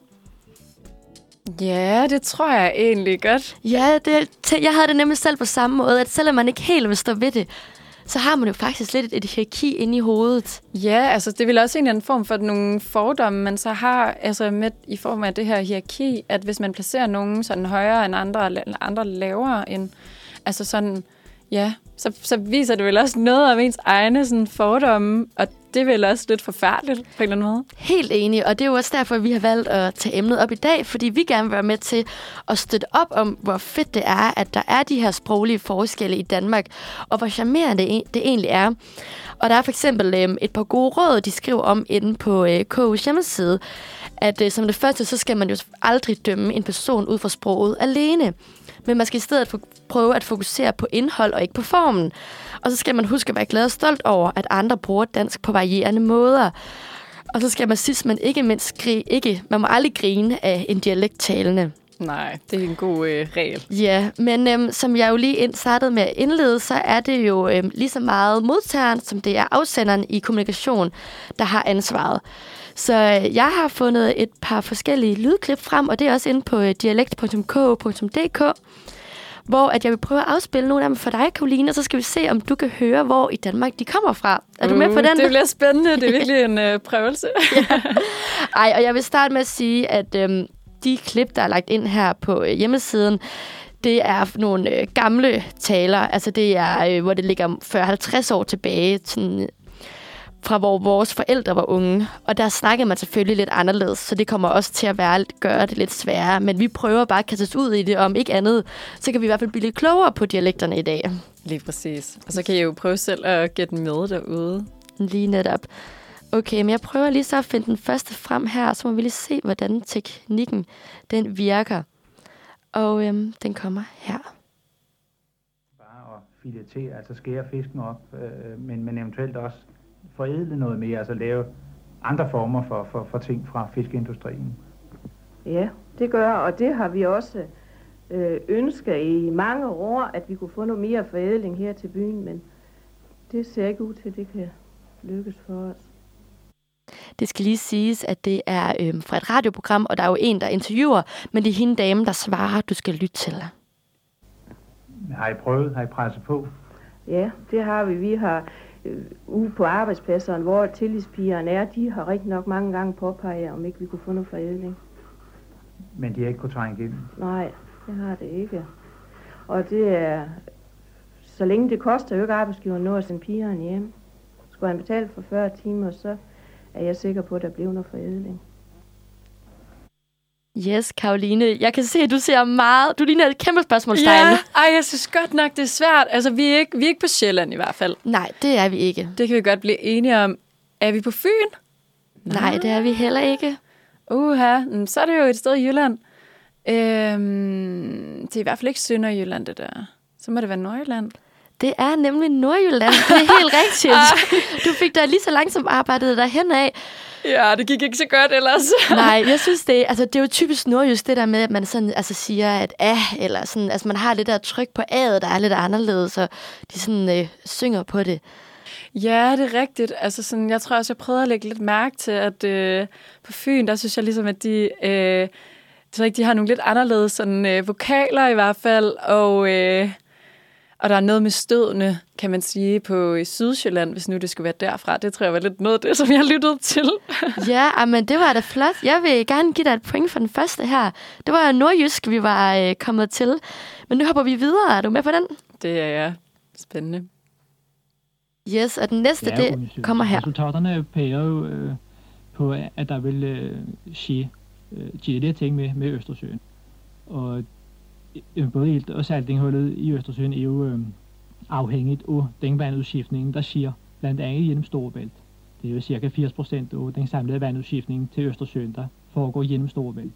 Ja, det tror jeg egentlig godt. Ja, det, jeg havde det nemlig selv på samme måde, at selvom man ikke helt vil stå ved det, så har man jo faktisk lidt et, et hierarki inde i hovedet. Ja, altså det vil også en eller anden form for nogle fordomme, man så har altså med i form af det her hierarki, at hvis man placerer nogen sådan højere end andre, eller andre lavere end, altså sådan, ja, så, så viser det vel også noget om ens egne sådan, fordomme, og det er vel også lidt forfærdeligt på en eller anden måde. Helt enig, og det er jo også derfor, vi har valgt at tage emnet op i dag, fordi vi gerne vil være med til at støtte op om, hvor fedt det er, at der er de her sproglige forskelle i Danmark, og hvor charmerende det egentlig er. Og der er for eksempel øh, et par gode råd, de skriver om inde på øh, K U's hjemmeside, at øh, som det første, så skal man jo aldrig dømme en person ud fra sproget alene. Men man skal i stedet for prøve at fokusere på indhold og ikke på formen. Og så skal man huske at være glad og stolt over, at andre bruger dansk på varierende måder. Og så skal man sidst, men ikke mindst grine, ikke, man må aldrig grine af en dialekttalende. Nej, det er en god øh, regel. Ja, men øhm, som jeg jo lige startede med at indlede, så er det jo øhm, lige så meget modtageren, som det er afsenderen i kommunikation, der har ansvaret. Så øh, jeg har fundet et par forskellige lydklip frem, og det er også inde på øh, dialekt punktum k u punktum d k, hvor at jeg vil prøve at afspille nogle af dem for dig, Karoline, og så skal vi se, om du kan høre, hvor i Danmark de kommer fra. Er uh, du med på den? Det bliver spændende. Det er virkelig en øh, prøvelse. Ja. Ej, og jeg vil starte med at sige, at øhm, de klip, der er lagt ind her på øh, hjemmesiden, det er nogle øh, gamle taler. Altså det er, øh, hvor det ligger fyrre til halvtreds år tilbage, sådan, fra hvor vores forældre var unge. Og der snakkede man selvfølgelig lidt anderledes, så det kommer også til at være, gøre det lidt sværere. Men vi prøver bare at kaste os ud i det, om ikke andet, så kan vi i hvert fald blive lidt klogere på dialekterne i dag. Lige præcis. Og så kan I jo prøve selv at gætte med derude. Lige netop. Okay, men jeg prøver lige så at finde den første frem her, så må vi lige se, hvordan teknikken den virker. Og øhm, den kommer her. Bare at filetere, altså skære fisken op, øh, men, men eventuelt også forædle noget mere, altså lave andre former for, for, for ting fra fiskeindustrien. Ja, det gør, og det har vi også øh, ønsket i mange år, at vi kunne få noget mere forædling her til byen, men det ser ikke ud til, at det kan lykkes for os. Det skal lige siges, at det er øh, fra et radioprogram, og der er jo en, der interviewer, men det er hende dame, der svarer, du skal lytte til. Har I prøvet? Har I presset på? Ja, det har vi. Vi har øh, ude på arbejdspladserne, hvor tillidspigerne er, de har rigtig nok mange gange påpeget, om ikke vi kunne få noget forædling. Men de har ikke kunnet trænge igennem? Nej, det har det ikke. Og det er, så længe det koster jo ikke arbejdsgiveren noget at sende pigerne hjem. Skulle han betale for fyrre timer, så er jeg sikker på, at der bliver noget forædling. Yes, Karoline. Jeg kan se, at du ser meget... Du ligner et kæmpe spørgsmålstegn. Ja, ej, jeg synes godt nok, det er svært. Altså, vi er, ikke, vi er ikke på Sjælland i hvert fald. Nej, det er vi ikke. Det kan vi godt blive enige om. Er vi på Fyn? Nej, det er vi heller ikke. Uha, så er det jo et sted i Jylland. Øhm, det er i hvert fald ikke Sønderjylland, det der. Så må det være Nordjylland. Det er nemlig Nordjylland. Det er helt rigtigt. Du fik da lige så langsomt arbejdet derhen af. Ja, det gik ikke så godt ellers. Nej, jeg synes, det, altså, det er jo typisk nordjysk, det der med, at man sådan, altså, siger, at ah, eller sådan, altså, man har lidt der tryk på A'et, der er lidt anderledes, og de sådan, øh, synger på det. Ja, det er rigtigt. Altså, sådan, jeg tror også, jeg prøvede at lægge lidt mærke til, at øh, på Fyn, der synes jeg ligesom, at de, øh, så ikke, de har nogle lidt anderledes sådan, øh, vokaler i hvert fald, og... Øh, Og der er noget med stødene, kan man sige, på Sydsjælland, hvis nu det skulle være derfra. Det tror jeg var lidt noget af det, som jeg lyttede til. Ja, men det var da flot. Jeg vil gerne give dig et point for den første her. Det var nordjysk, vi var øh, kommet til. Men nu hopper vi videre. Er du med på den? Det er ja. Spændende. Yes, og den næste, ja, det kommer her. Resultaterne peger jo øh, på, at der vil øh, ske øh, tidligere ting med, med Østersøen. Og både ilt- og saltindholdet i Østersøen er jo øh, afhængigt af den vandudskiftning, der sker blandt andet gennem Storebælt. Det er jo cirka firs procent af den samlede vandudskiftning til Østersøen, der foregår gennem Storebælt.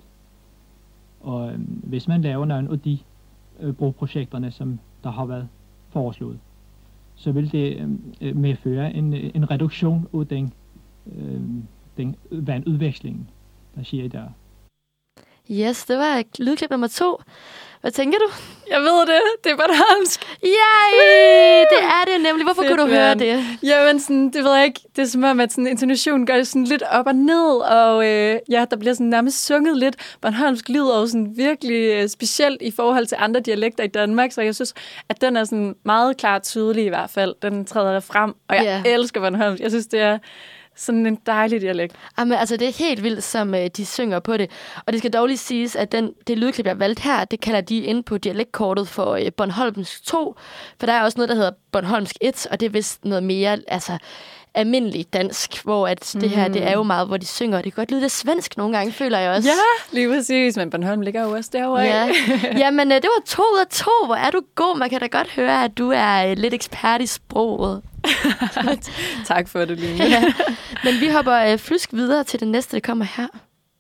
Og øh, hvis man laver nogle af de øh, broprojekterne, som der har været foreslået, så vil det øh, medføre en, en reduktion af den, øh, den vandudveksling, der sker i der. Yes, det var lydklip nummer to. Hvad tænker du? Jeg ved det. Det er bornholmsk. Yay! Det er det nemlig. Hvorfor Fedt, kunne du høre det? Jamen, sådan, det ved jeg ikke. Det er som om, at sådan, intonationen går sådan lidt op og ned, og øh, ja, der bliver sådan nærmest sunget lidt. Bornholmsk lyder jo sådan virkelig øh, specielt i forhold til andre dialekter i Danmark, så jeg synes, at den er sådan meget klart tydelig i hvert fald. Den træder frem, og jeg yeah. elsker Bornholmsk. Jeg synes, det er sådan en dejlig dialekt. Jamen, altså, det er helt vildt, som øh, de synger på det. Og det skal dog lige siges, at den, det lydklip, jeg valgte her, det kalder de ind på dialektkortet for øh, Bornholmsk to. For der er også noget, der hedder Bornholmsk et, og det er vist noget mere altså, almindelig dansk, hvor at det her, det er jo meget, hvor de synger. Det kan godt lyde det svensk nogle gange, føler jeg også. Ja, lige præcis. Men Bornholm ligger jo også derovre. Ja. Jamen, øh, det var to ud af to. Hvor er du god. Man kan da godt høre, at du er øh, lidt ekspert i sproget. Tak for det, Line. Ja. Men vi hopper øh, flysk videre til det næste, der kommer her.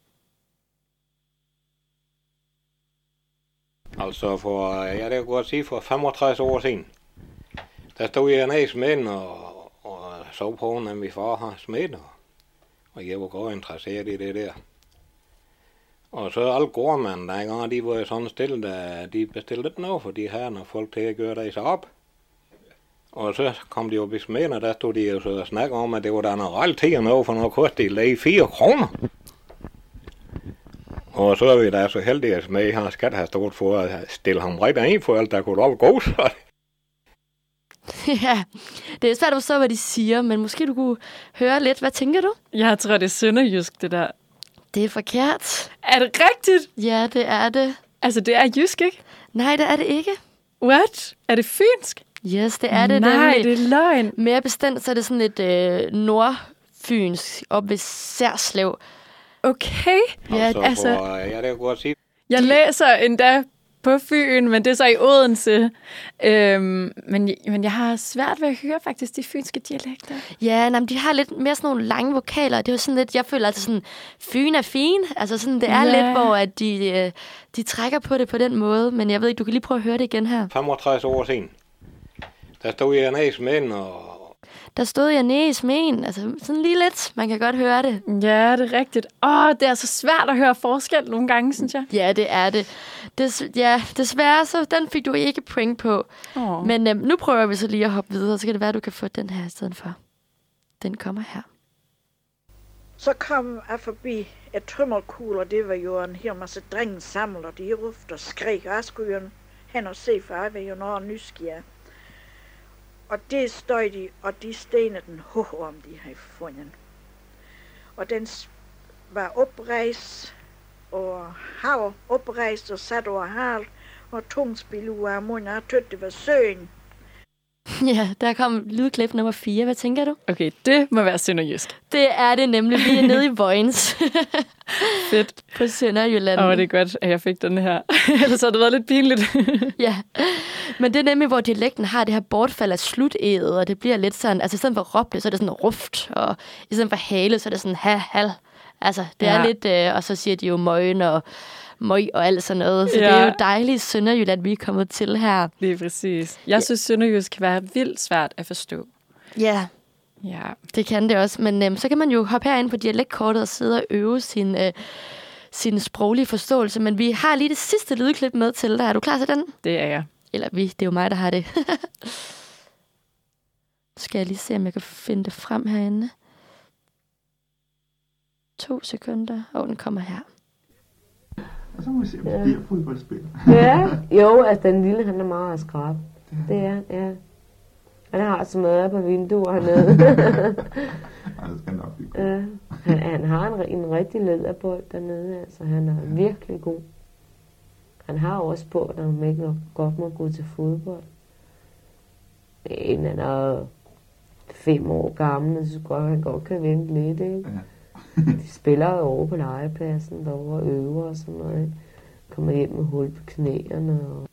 Altså for, ja, det kan godt sige, for femogtres år siden, der stod jeg nede i smeden og, og så på, når min far har smidt, og, og jeg var godt interesseret i det der. Og så alle gårdmænd, der engang, de var sådan stille, da de bestilte lidt noget for de her, når folk til at gøre det sig op. Og så kom de op i smeden, og der stod de jo så og snakke om, at det var der noget reelt til at nå, for noget kostede det lige fire kroner. Og så er vi da så heldige, at med har skat har stået for at stille ham rigtig ind for alt, der kunne op gå. Ja, det er svært at forstå, hvad de siger, men måske du kunne høre lidt. Hvad tænker du? Jeg tror, det er sønderjysk, det der. Det er forkert. Er det rigtigt? Ja, det er det. Altså, det er jysk, ikke? Nej, det er det ikke. What? Er det fynsk? Yes, det er det. Nej, nemlig. det er løgn. Mere bestemt, så er det sådan lidt øh, nordfynsk, op ved Særslev. Okay. Ja, altså, altså for, ja, det kan godt sige. Jeg læser endda på Fyn, men det er så i Odense. Øhm, men, men jeg har svært ved at høre faktisk de fynske dialekter. Ja, nej, de har lidt mere sådan nogle lange vokaler. Det er jo sådan lidt, jeg føler altså sådan, Fyn er fin. Altså sådan, det er ja. lidt, hvor at de, øh, de trækker på det på den måde. Men jeg ved ikke, du kan lige prøve at høre det igen her. femogtres år siden. Der stod jeg nede i smeden, og... Der stod jeg nede i smeden. Altså sådan lige lidt. Man kan godt høre det. Ja, det er rigtigt. Åh, det er så svært at høre forskel nogle gange, synes jeg. Ja, det er det. Des, ja, desværre, så den fik du ikke point på. Oh. Men øhm, nu prøver vi så lige at hoppe videre, så kan det være, at du kan få den her i stedet for. Den kommer her. Så kom jeg forbi et trymmelkugle, og det var jo en hel masse drenge samlet, og de råbte og skreg, og jeg skulle jo hen og se, for jeg var jo noget nysgerrig. Og det stod de, og de stenede den hoho, om de havde fundet. Og den var oprejst, og hav oprejst og sat over hal, og tungspil ud af munden, og jeg tødte, det var søen. Ja, der kom lydklip nummer fire. Hvad tænker du? Okay, det må være sønderjysk. Det er det nemlig. Vi er nede i Vojens. Fedt. På Sønderjylland. Åh, oh, det er godt, at jeg fik den her. Ellers har det været lidt pinligt. Ja, men det er nemlig, hvor dialekten har det her bortfald af slutædet, og det bliver lidt sådan, altså i stedet for råble, så er det sådan ruft, og i stedet for hale, så er det sådan ha-hal. Altså, det ja. er lidt, øh, og så siger de jo møgen og møg og alt sådan noget. Så ja. Det er jo dejligt Sønderjylland, vi er kommet til her. Det er præcis. Jeg ja. synes, Sønderjysk kan være vildt svært at forstå. Ja, ja. Det kan det også. Men øhm, så kan man jo hoppe herind på dialektkortet og sidde og øve sin, øh, sin sproglige forståelse. Men vi har lige det sidste lydklip med til dig. Er du klar til den? Det er jeg. Eller vi, det er jo mig, der har det. Skal jeg lige se, om jeg kan finde det frem herinde. To sekunder. Åh, oh, den kommer her. Og så må vi se, om det bliver fodboldspil. Ja, jo, altså den lille, han er meget skrab. Det er, ja. Han har smadret på vinduer hernede. Ej, det skal nok blive godt. Ja, han, han har en, en rigtig læderbold dernede, altså han er ja. virkelig god. Han har også på, at han ikke godt må gå til fodbold. Men han er fem år gammel, så godt, han godt kan vente lidt, ikke? Ja. De spiller jo over på legepladsen derovre og øver og sådan noget. Kommer hjem med hul på knæerne. Og...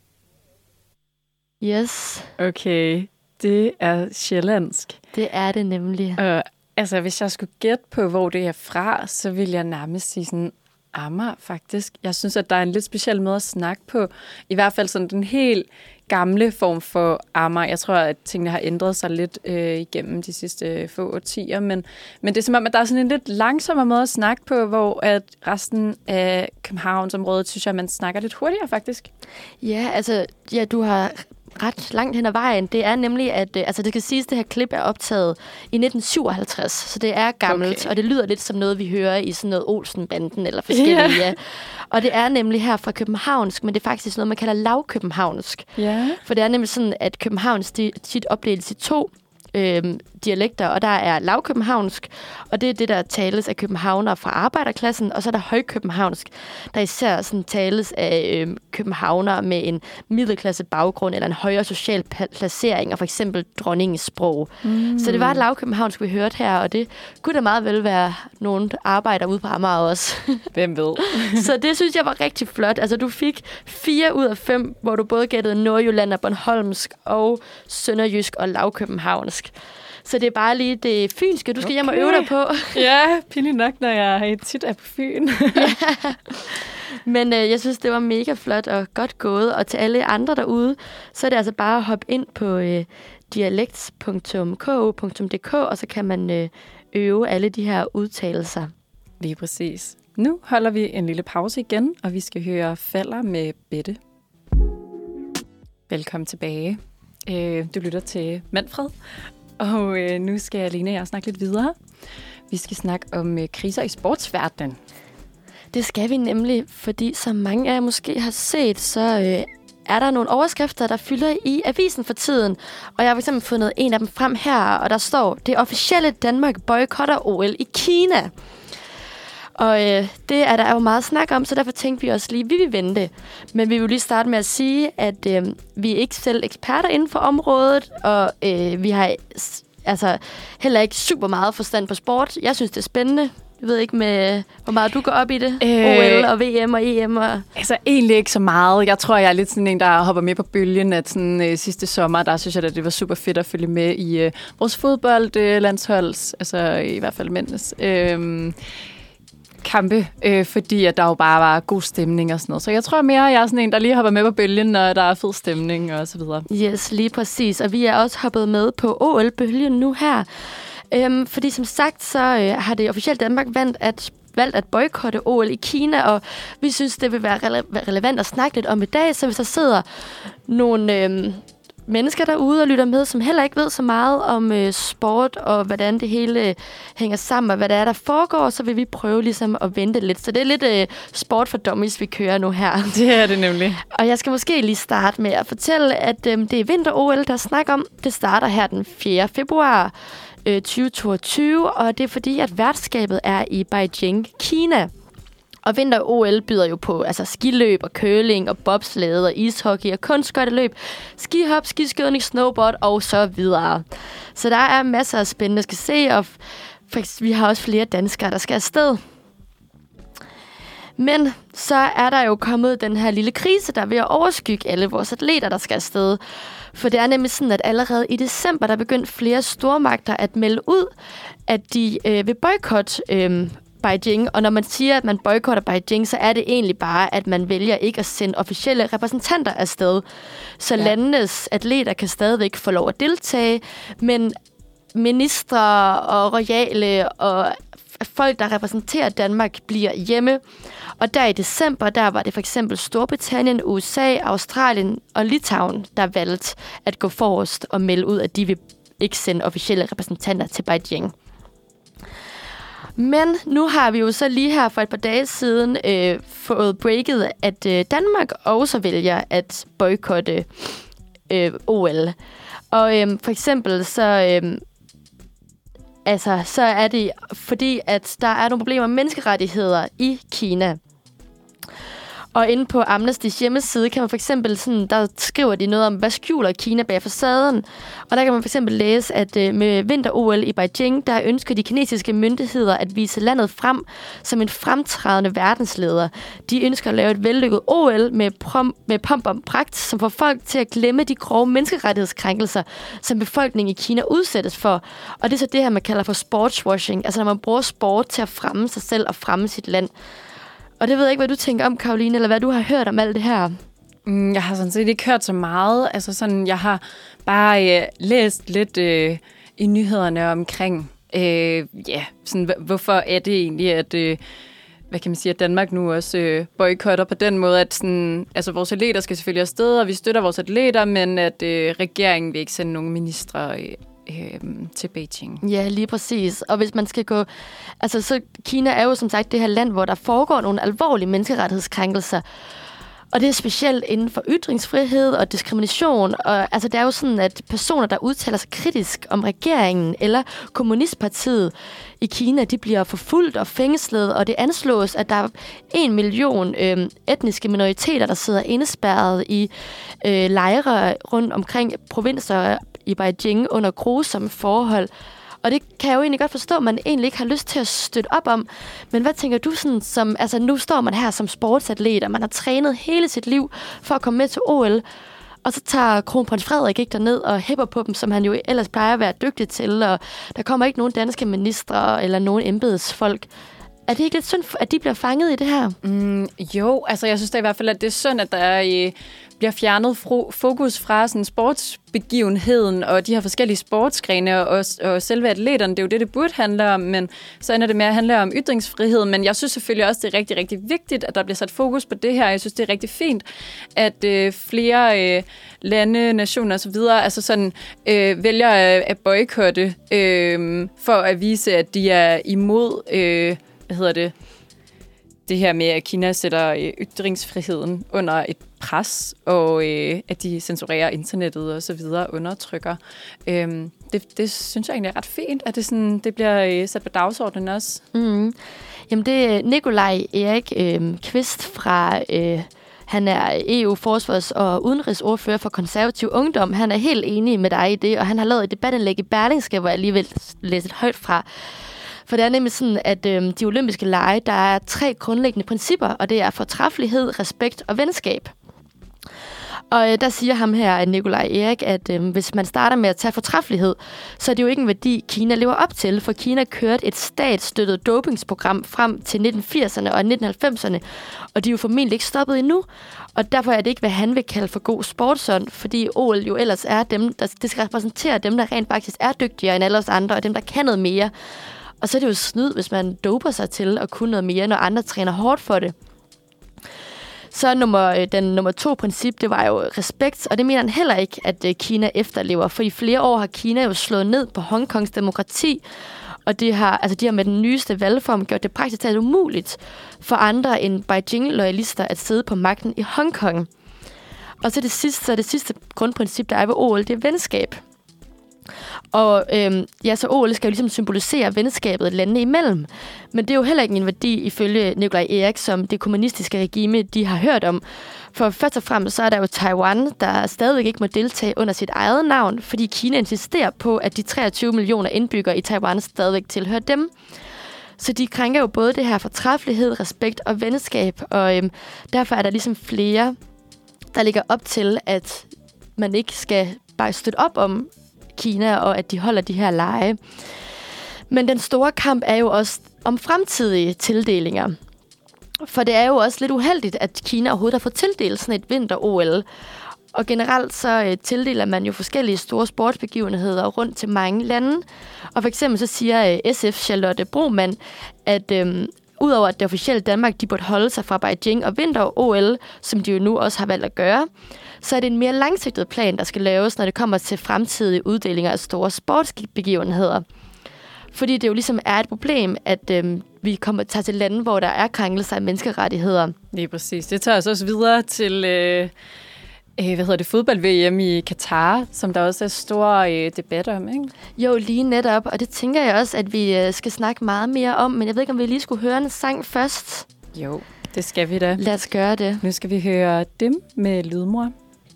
Yes. Okay, det er sjællandsk. Det er det nemlig. Uh, altså, hvis jeg skulle gætte på, hvor det er fra, så vil jeg nærmest sige sådan Amager, faktisk. Jeg synes, at der er en lidt speciel måde at snakke på. I hvert fald sådan den helt gamle form for Amager. Jeg tror, at tingene har ændret sig lidt øh, igennem de sidste få årtier, men, men det er som om, at der er sådan en lidt langsommere måde at snakke på, hvor at resten af Københavnsområdet, synes jeg, man snakker lidt hurtigere, faktisk. Ja, altså, ja, du har ret langt hen ad vejen. Det er nemlig, at altså, det kan siges, at det her klip er optaget i nitten syvoghalvtreds, så det er gammelt, okay. Og det lyder lidt som noget, vi hører i sådan noget Olsen-banden eller forskellige. Yeah. Ja. Og det er nemlig her fra københavnsk, men det er faktisk noget, man kalder lavkøbenhavnsk. Yeah. For det er nemlig sådan, at Københavns tit opdeles i to Øhm, dialekter, og der er lavkøbenhavnsk, og det er det, der tales af københavnere fra arbejderklassen, og så er der højkøbenhavnsk, der især sådan tales af øhm, københavnere med en middelklasse baggrund, eller en højere social placering, og for eksempel dronningens sprog. Mm. Så det var et lavkøbenhavnsk, vi hørte her, og det kunne da meget vel være nogen arbejder ude på Amager også. Hvem ved? Så det synes jeg var rigtig flot. Altså, du fik fire ud af fem, hvor du både gættede nordjylland og bornholmsk, og sønderjysk og lavkøbenhavnsk. Så det er bare lige det fynske, du skal okay. hjem og øve dig på. Ja, pinligt nok, når jeg tit er på Fyn. Ja. Men øh, jeg synes, det var mega flot og godt gået. Og til alle andre derude, så er det altså bare at hoppe ind på øh, dialekt punktum k o punktum d k, og så kan man øh, øve alle de her udtalelser. Lige præcis. Nu holder vi en lille pause igen, og vi skal høre Falder med Bette. Velkommen tilbage. Øh, du lytter til Manfred. Og øh, nu skal Lene og jeg snakke lidt videre. Vi skal snakke om øh, kriser i sportsverdenen. Det skal vi nemlig, fordi som mange af jer måske har set, så øh, er der nogle overskrifter, der fylder i avisen for tiden. Og jeg har fx fundet en af dem frem her, og der står, det officielle Danmark boykotter O L i Kina. Og øh, det er der jo meget snak om, så derfor tænkte vi også lige, vi vil vente. Men vi vil lige starte med at sige, at øh, vi er ikke selv eksperter inden for området, og øh, vi har altså heller ikke super meget forstand på sport. Jeg synes, det er spændende. Jeg ved ikke, med, hvor meget du går op i det. Øh, O L og V M og E M. Og... Altså egentlig ikke så meget. Jeg tror, jeg er lidt sådan en, der hopper med på bølgen, at sådan, øh, sidste sommer, der synes jeg, at det var super fedt at følge med i øh, vores fodboldlandsholds, øh, altså i hvert fald mændenes øh, kampe, øh, fordi at der jo bare var god stemning og sådan noget. Så jeg tror mere, at jeg er sådan en, der lige hopper med på bølgen, når der er fed stemning og så videre. Yes, lige præcis. Og vi er også hoppet med på O L-bølgen nu her. Øhm, fordi som sagt, så øh, har det officielt Danmark valgt at, valgt at boykotte O L i Kina, og vi synes, det vil være rele- relevant at snakke lidt om i dag. Så hvis der sidder nogle øh, mennesker derude og lytter med, som heller ikke ved så meget om øh, sport og hvordan det hele øh, hænger sammen, og hvad der er, der foregår, så vil vi prøve ligesom at vente lidt. Så det er lidt øh, sport for dummies, vi kører nu her. Det er det nemlig. Og jeg skal måske lige starte med at fortælle, at øh, det er vinter-O L, der snakker om. Det starter her den fjerde februar tyve toogtyve, og det er fordi, at værtskabet er i Beijing, Kina. Og vinter-O L byder jo på altså skiløb og curling og bobslæde og ishockey og kunstskøjteløb, skihop, skiskydning, snowboard og så videre. Så der er masser af spændende, skal se, og f- vi har også flere danskere, der skal afsted. Men så er der jo kommet den her lille krise, der er ved at overskygge alle vores atleter, der skal afsted. For det er nemlig sådan, at allerede i december, der begyndte flere stormagter at melde ud, at de øh, vil boykotte øh, Beijing. Og når man siger, at man boykotter Beijing, så er det egentlig bare, at man vælger ikke at sende officielle repræsentanter afsted. Så ja. landenes atleter kan stadigvæk få lov at deltage, men ministre og royale og folk, der repræsenterer Danmark, bliver hjemme. Og der i december, der var det for eksempel Storbritannien, U S A, Australien og Litauen, der valgte at gå forrest og melde ud, at de vil ikke sende officielle repræsentanter til Beijing. Men nu har vi jo så lige her for et par dage siden øh, fået breaket, at øh, Danmark også vælger at boykotte øh, O L. Og øh, for eksempel så... Øh, Altså, så er det fordi, at der er nogle problemer med menneskerettigheder i Kina. Og inde på Amnestys hjemmeside kan man for eksempel, sådan, der skriver de noget om, hvad skjuler Kina bag facaden. Og der kan man for eksempel læse, at med vinter-O L i Beijing, der ønsker de kinesiske myndigheder at vise landet frem som en fremtrædende verdensleder. De ønsker at lave et vellykket O L med, prom- med pomp og pragt, som får folk til at glemme de grove menneskerettighedskrænkelser, som befolkningen i Kina udsættes for. Og det er så det her, man kalder for sportswashing. Altså når man bruger sport til at fremme sig selv og fremme sit land. Og det ved jeg ikke, hvad du tænker om, Karoline, eller hvad du har hørt om alt det her. Mm, jeg har sådan set ikke hørt så meget. Altså sådan, jeg har bare øh, læst lidt øh, i nyhederne omkring, øh, ja, sådan, hvorfor er det egentlig, at, øh, hvad kan man sige, at Danmark nu også øh, boykotter på den måde, at sådan, altså, vores atleter skal selvfølgelig afsted, og vi støtter vores atleter, men at øh, regeringen vil ikke sende nogen ministre øh, til Beijing. Ja, lige præcis. Og hvis man skal gå... Altså, så Kina er jo som sagt det her land, hvor der foregår nogle alvorlige menneskerettighedskrænkelser. Og det er specielt inden for ytringsfrihed og diskrimination. Og altså, det er jo sådan, at personer, der udtaler sig kritisk om regeringen eller kommunistpartiet i Kina, de bliver forfulgt og fængslet, og det anslås, at der er en million øh, etniske minoriteter, der sidder indespærret i øh, lejre rundt omkring provinser i Beijing under grusomme forhold. Og det kan jeg jo egentlig godt forstå, at man egentlig ikke har lyst til at støtte op om. Men hvad tænker du sådan som... Altså, nu står man her som sportsatlet, og man har trænet hele sit liv for at komme med til O L. Og så tager kronprins Frederik ikke derned og hæpper på dem, som han jo ellers plejer at være dygtig til. Og der kommer ikke nogen danske ministre eller nogen embedsfolk. Er det ikke lidt synd, at de bliver fanget i det her? Mm, jo, altså jeg synes da i hvert fald, at det er synd, at der er, bliver fjernet fokus fra sådan sportsbegivenheden og de her forskellige sportsgrene og, og selve atleterne. Det er jo det, det burde handle om, men så ender det med at handle om ytringsfrihed. Men jeg synes selvfølgelig også, det er rigtig, rigtig vigtigt, at der bliver sat fokus på det her. Jeg synes, det er rigtig fint, at øh, flere øh, lande, nationer osv. altså sådan, øh, vælger at, at boykotte øh, for at vise, at de er imod... Øh, hvad hedder det, det her med, at Kina sætter øh, ytringsfriheden under et pres, og øh, at de censurerer internettet og så videre, undertrykker. Øhm, det, det synes jeg egentlig er ret fint, at det, sådan, det bliver øh, sat på dagsordenen også. Mm. Jamen det er Nikolaj Erik øh, Kvist fra... Øh Han er E U-forsvars- og udenrigsordfører for Konservativ Ungdom. Han er helt enig med dig i det, og han har lavet et debatindlæg i Berlingske, hvor jeg lige vil læse et højt fra. For det er nemlig sådan, at øh, de olympiske lege, der er tre grundlæggende principper, og det er fortræffelighed, respekt og venskab. Og øh, der siger ham her, Nikolaj Erik, at øh, hvis man starter med at tage fortræffelighed, så er det jo ikke en værdi, Kina lever op til, for Kina kørte et statsstøttet dopingsprogram frem til nitten firserne og nitten halvfemserne, og de er jo formentlig ikke stoppet endnu. Og derfor er det ikke, hvad han vil kalde for god sportsånd, fordi O L jo ellers er dem, der det skal repræsentere dem, der rent faktisk er dygtigere end alle os andre, og dem, der kan noget mere. Og så er det jo snyd, hvis man doper sig til at kunne noget mere, når andre træner hårdt for det. Så nummer, den nummer to princip, det var jo respekt, og det mener han heller ikke, at Kina efterlever. For i flere år har Kina jo slået ned på Hongkongs demokrati, og det har, altså de har med den nyeste valgform gjort det praktisk talt umuligt for andre end Beijing-loyalister at sidde på magten i Hongkong. Og så det sidste, så det sidste grundprincip, der er ved O L, det er venskab. Og øhm, ja, så O L skal jo ligesom symbolisere venskabet landene imellem. Men det er jo heller ikke en værdi, ifølge Nikolaj Erik, som det kommunistiske regime, de har hørt om. For først og fremmest så er der jo Taiwan, der stadigvæk ikke må deltage under sit eget navn, fordi Kina insisterer på, at de treogtyve millioner indbyggere i Taiwan stadigvæk tilhører dem. Så de krænker jo både det her fortræffelighed, respekt og venskab, og øhm, derfor er der ligesom flere, der ligger op til, at man ikke skal bare støtte op om Kina, og at de holder de her lege. Men den store kamp er jo også om fremtidige tildelinger. For det er jo også lidt uheldigt, at Kina overhovedet har fået tildelt sådan et vinter-O L. Og generelt så øh, tildeler man jo forskellige store sportsbegivenheder rundt til mange lande. Og for eksempel så siger øh, S F Charlotte Broman, at øh, udover at det officielle Danmark, de burde holde sig fra Beijing og vinter-O L, som de jo nu også har valgt at gøre, så er det en mere langsigtet plan, der skal laves, når det kommer til fremtidige uddelinger af store sportsbegivenheder. Fordi det jo ligesom er et problem, at øh, vi kommer tager til lande, hvor der er krænkelser af menneskerettigheder. Lige præcis. Det tager os også videre til øh, øh, hvad hedder det, fodbold-V M i Katar, som der også er store øh, debat om, ikke? Jo, lige netop. Og det tænker jeg også, at vi øh, skal snakke meget mere om. Men jeg ved ikke, om vi lige skulle høre en sang først. Jo, det skal vi da. Lad os gøre det. Nu skal vi høre Dem med Lydmor.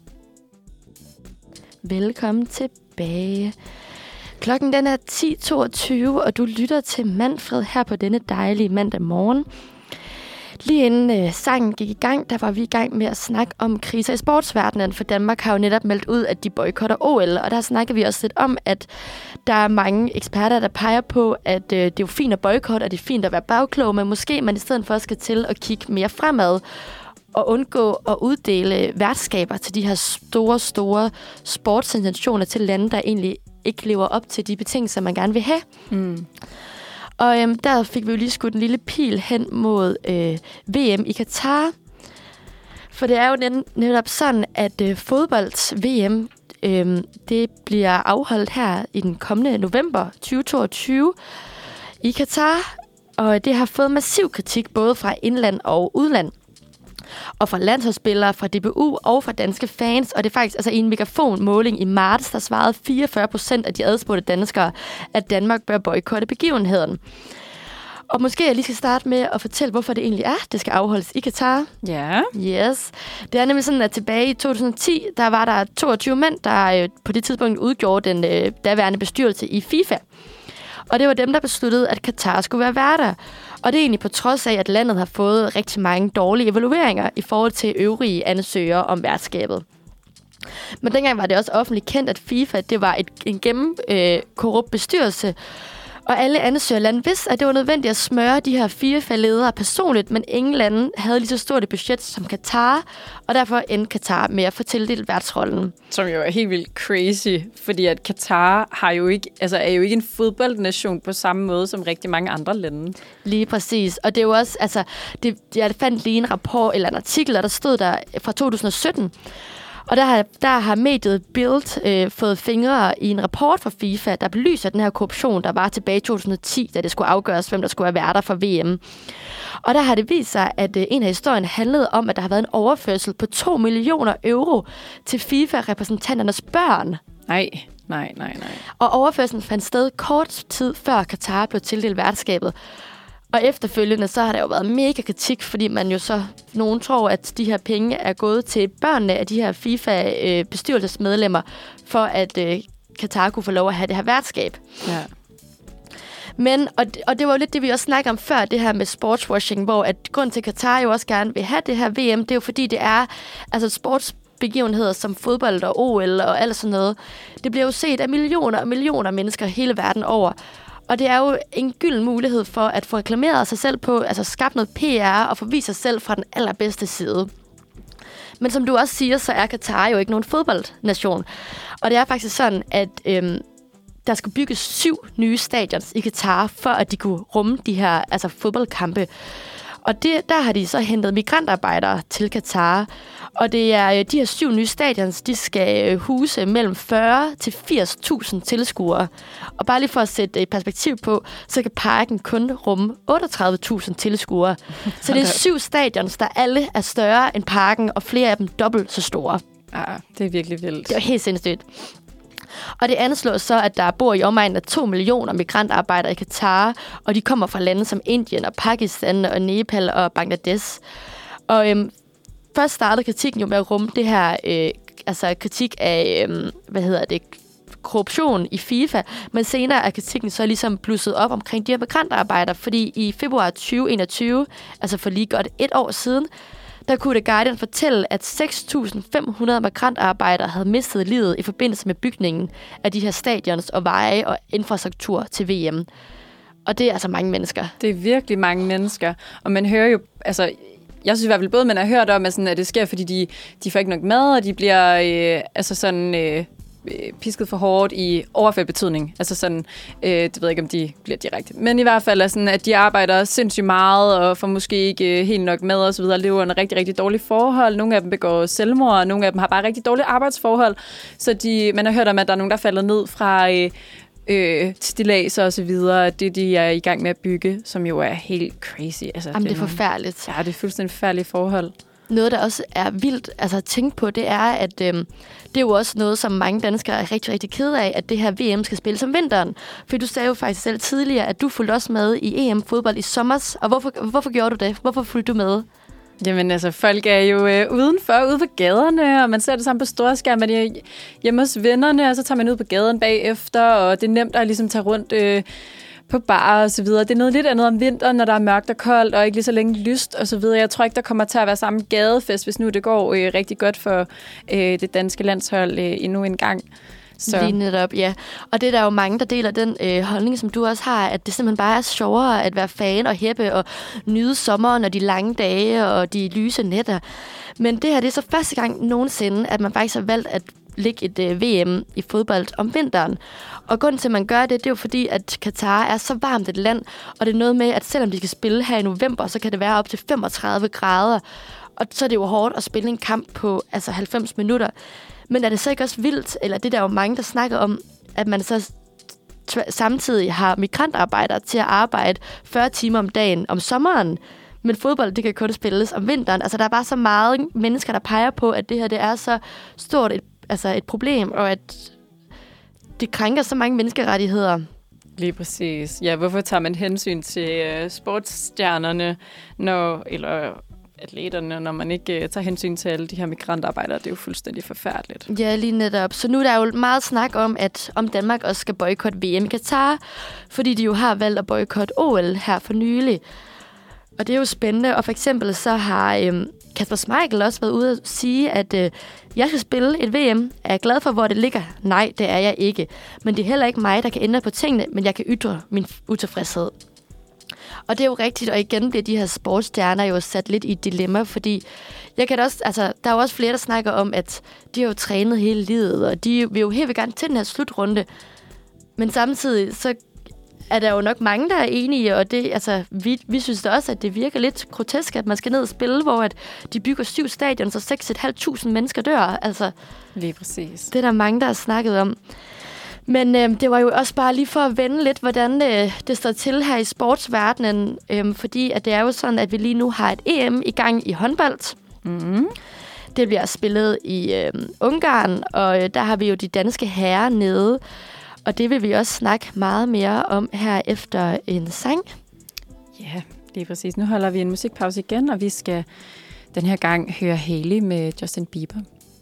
Velkommen tilbage. Klokken den er ti toogtyve, og du lytter til Manfred her på denne dejlige mandag morgen. Lige inden øh, sangen gik i gang, der var vi i gang med at snakke om kriser i sportsverdenen, for Danmark har jo netop meldt ud, at de boykotter O L, og der snakker vi også lidt om, at der er mange eksperter, der peger på, at øh, det er jo fint at boykotte, og det er fint at være bagklog, men måske man i stedet for skal til at kigge mere fremad og undgå at uddele værtskaber til de her store, store sportsintentioner til lande, der egentlig ikke lever op til de betingelser, man gerne vil have. Mm. Og øhm, der fik vi jo lige skudt en lille pil hen mod øh, V M i Katar. For det er jo netop sådan, at øh, fodbolds-V M øh, det bliver afholdt her i den kommende november tyve toogtyve i Katar. Og det har fået massiv kritik både fra indland og udland. Og fra landsholdsspillere, fra D B U og fra danske fans. Og det er faktisk altså i en megafonmåling i marts, der svarede fireogfyrre procent af de adspurgte danskere, at Danmark bør boykotte begivenheden. Og måske jeg lige skal starte med at fortælle, hvorfor det egentlig er, det skal afholdes i Katar. Ja. Yes. Det er nemlig sådan, at tilbage i to tusind og ti, der var der toogtyve mænd, der øh, på det tidspunkt udgjorde den øh, daværende bestyrelse i FIFA. Og det var dem, der besluttede, at Katar skulle være værter. Og det er egentlig på trods af, at landet har fået rigtig mange dårlige evalueringer i forhold til øvrige ansøgere om værtskabet. Men dengang var det også offentligt kendt, at FIFA det var et, en gennem øh, korrupt bestyrelse. Og alle ansøgerlande vidste, at det var nødvendigt at smøre de her FIFA-ledere personligt, men ingen lande havde lige så stort et budget som Katar, og derfor endte Katar med at få tildelt værtsrollen. Som jo er helt vildt crazy, fordi at Katar har jo ikke, altså er jo ikke en fodboldnation på samme måde som rigtig mange andre lande. Lige præcis, og det er jo også, altså, det, jeg fandt lige en rapport eller en artikel, der stod der fra to tusind og sytten, og der har, der har mediet Bild øh, fået fingre i en rapport fra FIFA, der belyser den her korruption, der var tilbage i to tusind og ti, da det skulle afgøres, hvem der skulle være værter for V M. Og der har det vist sig, at øh, en af historien handlede om, at der har været en overførsel på to millioner euro til FIFA-repræsentanternes børn. Nej, nej, nej, nej. Og overførselen fandt sted kort tid før Katar blev tildelt værtskabet. Og efterfølgende, så har der jo været mega kritik, fordi man jo så, nogen tror, at de her penge er gået til børnene af de her FIFA-bestyrelsesmedlemmer, for at øh, Katar kunne få lov at have det her værtskab. Ja. Men, og, og det var jo lidt det, vi også snakkede om før, det her med sportswashing, hvor at grund til, at Katar jo også gerne vil have det her V M, det er jo fordi, det er altså sportsbegivenheder som fodbold og O L og alt sådan noget. Det bliver jo set af millioner og millioner af mennesker hele verden over. Og det er jo en gylden mulighed for at få reklameret sig selv på, altså skabt noget P R og få vist sig selv fra den allerbedste side. Men som du også siger, så er Katar jo ikke nogen fodboldnation. Og det er faktisk sådan, at øhm, der skal bygges syv nye stadions i Katar, for at de kunne rumme de her altså fodboldkampe. Og det, der har de så hentet migrantarbejdere til Katar. Og det er de her syv nye stadions, de skal huse mellem fyrre til firs tusind tilskuere. Og bare lige for at sætte et perspektiv på, så kan parken kun rumme otteogtredive tusind tilskuere. Så det er syv stadions, der alle er større end parken, og flere af dem dobbelt så store. Ja, det er virkelig vildt. Det er helt sindssygt. Og det anslås så, at der bor i omegnen af to millioner migrantarbejdere i Katar, og de kommer fra lande som Indien og Pakistan og Nepal og Bangladesh. Og øhm, først startede kritikken jo med at rumme det her, øh, altså kritik af, øh, hvad hedder det, korruption i FIFA, men senere er kritikken så ligesom blusset op omkring de her migrantarbejdere, fordi i februar tyve enogtyve, altså for lige godt et år siden, der kunne The Guardian fortælle, at seks tusind fem hundrede migrantarbejdere havde mistet livet i forbindelse med bygningen af de her stadions og veje og infrastruktur til V M. Og det er altså mange mennesker. Det er virkelig mange mennesker. Og man hører jo, altså, jeg synes i hvert fald både, man har hørt om, at, sådan, at det sker, fordi de, de får ikke nok mad, og de bliver øh, altså sådan, øh, pisket for hårdt i overført betydning. Altså sådan, øh, det ved jeg ikke, om de bliver direkte. Men i hvert fald er sådan, at de arbejder sindssygt meget, og får måske ikke helt nok mad og så videre, lever under rigtig, rigtig dårlige forhold. Nogle af dem begår selvmord, og nogle af dem har bare rigtig dårlige arbejdsforhold. Så de, man har hørt om, at der er nogen, der falder ned fra øh, øh, stilladser og så videre. Det, de er i gang med at bygge, som jo er helt crazy. Altså, Jamen, det er forfærdeligt. Ja, det er fuldstændig forfærdelige forhold. Noget, der også er vildt altså, at tænke på, det er, at øhm, det er jo også noget, som mange danskere er rigtig, rigtig kede af, at det her V M skal spilles om vinteren. For du sagde jo faktisk selv tidligere, at du fulgte også med i E M-fodbold i sommers. Og hvorfor, hvorfor gjorde du det? Hvorfor fulgte du med? Jamen altså, folk er jo øh, udenfor, ude på gaderne, og man ser det sammen på storskærm, man er hjemme hos vennerne, og så tager man ud på gaden bagefter, og det er nemt at ligesom tage rundt øh, på bar og så videre. Det er noget lidt andet om vinteren, når der er mørkt og koldt, og ikke lige så længe lyst og så videre. Jeg tror ikke, der kommer til at være samme gadefest, hvis nu det går øh, rigtig godt for øh, det danske landshold øh, endnu en gang. Så. Lige netop, ja. Og det er der jo mange, der deler den øh, holdning, som du også har, at det simpelthen bare er sjovere at være fan og hæppe og nyde sommeren og de lange dage og de lyse nætter. Men det her, det er så første gang nogensinde, at man faktisk har valgt at lægge et øh, V M i fodbold om vinteren. Og grunden til, at man gør det, det er jo fordi, at Katar er så varmt et land, og det er noget med, at selvom de skal spille her i november, så kan det være op til femogtredive grader. Og så er det jo hårdt at spille en kamp på altså halvfems minutter. Men er det så ikke også vildt, eller det der er jo mange, der snakker om, at man så t- samtidig har migrantarbejdere til at arbejde fyrre timer om dagen om sommeren, men fodbold, det kan kun spilles om vinteren. Altså, der er bare så meget mennesker, der peger på, at det her det er så stort et, altså et problem, og at det krænker så mange menneskerettigheder. Lige præcis. Ja, hvorfor tager man hensyn til uh, sportsstjernerne, når, eller atleterne, når man ikke uh, tager hensyn til alle de her migrantarbejdere? Det er jo fuldstændig forfærdeligt. Ja, lige netop. Så nu er der jo meget snak om, at om Danmark også skal boykotte V M i Katar, fordi de jo har valgt at boykotte O L her for nylig. Og det er jo spændende, og for eksempel så har øhm, Kasper Schmeichel også været ude at sige, at øh, jeg skal spille et V M. Er jeg glad for, hvor det ligger? Nej, det er jeg ikke. Men det er heller ikke mig, der kan ændre på tingene, men jeg kan ytre min utilfredshed. Og det er jo rigtigt, og igen bliver de her sportsstjerner jo sat lidt i et dilemma, fordi jeg kan også, altså, der er jo også flere, der snakker om, at de har jo trænet hele livet, og de vil jo helt vil gerne til den her slutrunde. Men samtidig så er der jo nok mange, der er enige, og det, altså, vi, vi synes da også, at det virker lidt grotesk, at man skal ned og spille, hvor at de bygger syv stadion, så seks tusind fem hundrede mennesker dør. Altså, lige præcis. Det er der mange, der har snakket om. Men øh, det var jo også bare lige for at vende lidt, hvordan øh, det står til her i sportsverdenen, øh, fordi at det er jo sådan, at vi lige nu har et E M i gang i håndbold. Mm-hmm. Det bliver spillet i øh, Ungarn, og øh, der har vi jo de danske herrer nede. Og det vil vi også snakke meget mere om her efter en sang. Ja, det er præcis. Nu holder vi en musikpause igen, og vi skal den her gang høre Hailey med Justin Bieber.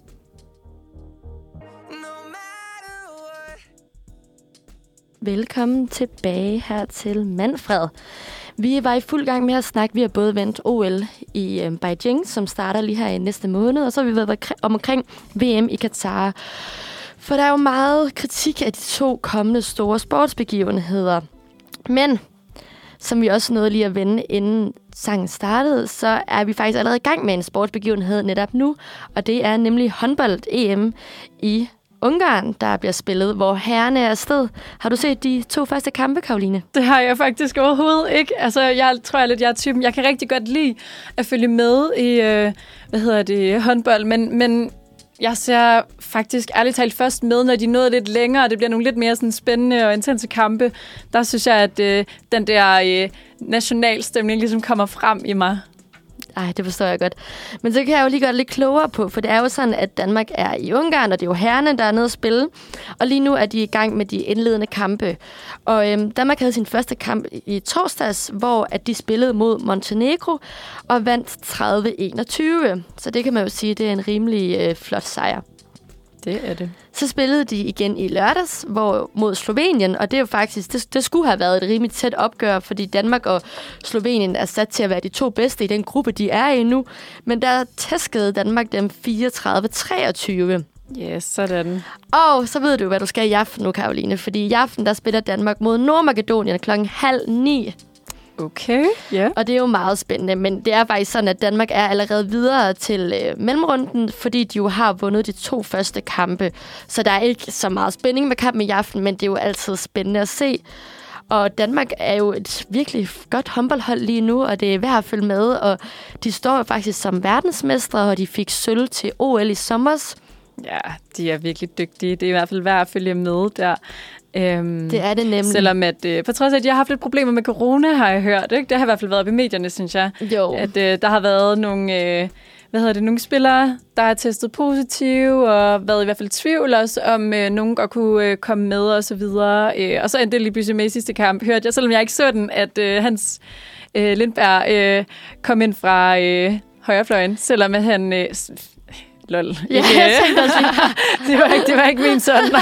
Velkommen tilbage her til Manfred. Vi var i fuld gang med at snakke. Vi har både vendt O L i øh, Beijing, som starter lige her i næste måned, og så har vi været omkring V M i Katar. For der er jo meget kritik af de to kommende store sportsbegivenheder. Men, som vi også nåede lige at vende, inden sangen startede, så er vi faktisk allerede i gang med en sportsbegivenhed netop nu. Og det er nemlig håndbold-E M i Ungarn, der bliver spillet, hvor herrerne er afsted. Har du set de to første kampe, Karoline? Det har jeg faktisk overhovedet ikke. Altså, jeg tror jeg lidt, jeg er typen. Jeg kan rigtig godt lide at følge med i, øh, hvad hedder det, håndbold, men... men jeg ser faktisk ærligt talt først med, når de nåede lidt længere, og det bliver nogle lidt mere sådan spændende og intense kampe. Der synes jeg, at øh, den der øh, nationalstemning ligesom kommer frem i mig. Ej, det forstår jeg godt. Men så kan jeg jo lige gøre det lidt klogere på, for det er jo sådan, at Danmark er i Ungarn, og det er jo herrerne, der er nede at spille. Og lige nu er de i gang med de indledende kampe. Og øhm, Danmark havde sin første kamp i torsdags, hvor at de spillede mod Montenegro og vandt tredive enogtyve. Så det kan man jo sige, det er en rimelig øh, flot sejr. Det er det. Så spillede de igen i lørdags hvor, mod Slovenien, og det er jo faktisk, det, det skulle have været et rimelig tæt opgør, fordi Danmark og Slovenien er sat til at være de to bedste i den gruppe, de er i nu. Men der tæskede Danmark dem fireogtredive treogtyve. Yes, sådan. Og så ved du, hvad du skal i aften nu, Karoline. Fordi i aften, der spiller Danmark mod Nordmakedonien klokken halv ni. Okay, ja. Yeah. Og det er jo meget spændende, men det er faktisk sådan, at Danmark er allerede videre til øh, mellemrunden, fordi de jo har vundet de to første kampe. Så der er ikke så meget spænding med kampen i aften, men det er jo altid spændende at se. Og Danmark er jo et virkelig godt håndboldhold lige nu, og det er værd at følge med. Og de står jo faktisk som verdensmestre, og de fik sølv til O L i sommers. Ja, de er virkelig dygtige. Det er i hvert fald værd at følge med der. Øhm, det er det nemlig. Selvom at, øh, på trods af, at jeg har haft lidt problemer med corona, har jeg hørt. Ikke? Det har i hvert fald været op i medierne, synes jeg. Jo. At øh, der har været nogle, øh, hvad hedder det, nogle spillere, der har testet positive, og været i hvert fald tvivl også, om øh, nogen godt kunne øh, komme med og så videre. Øh, og så endte det lige pludselig med i sidste kamp, hørte jeg, selvom jeg ikke så den, at øh, Hans øh, Lindberg øh, kom ind fra øh, højrefløjen, selvom at han... Øh, Lol. Ja, jeg tænkte også det, var ikke, det var ikke min sådan.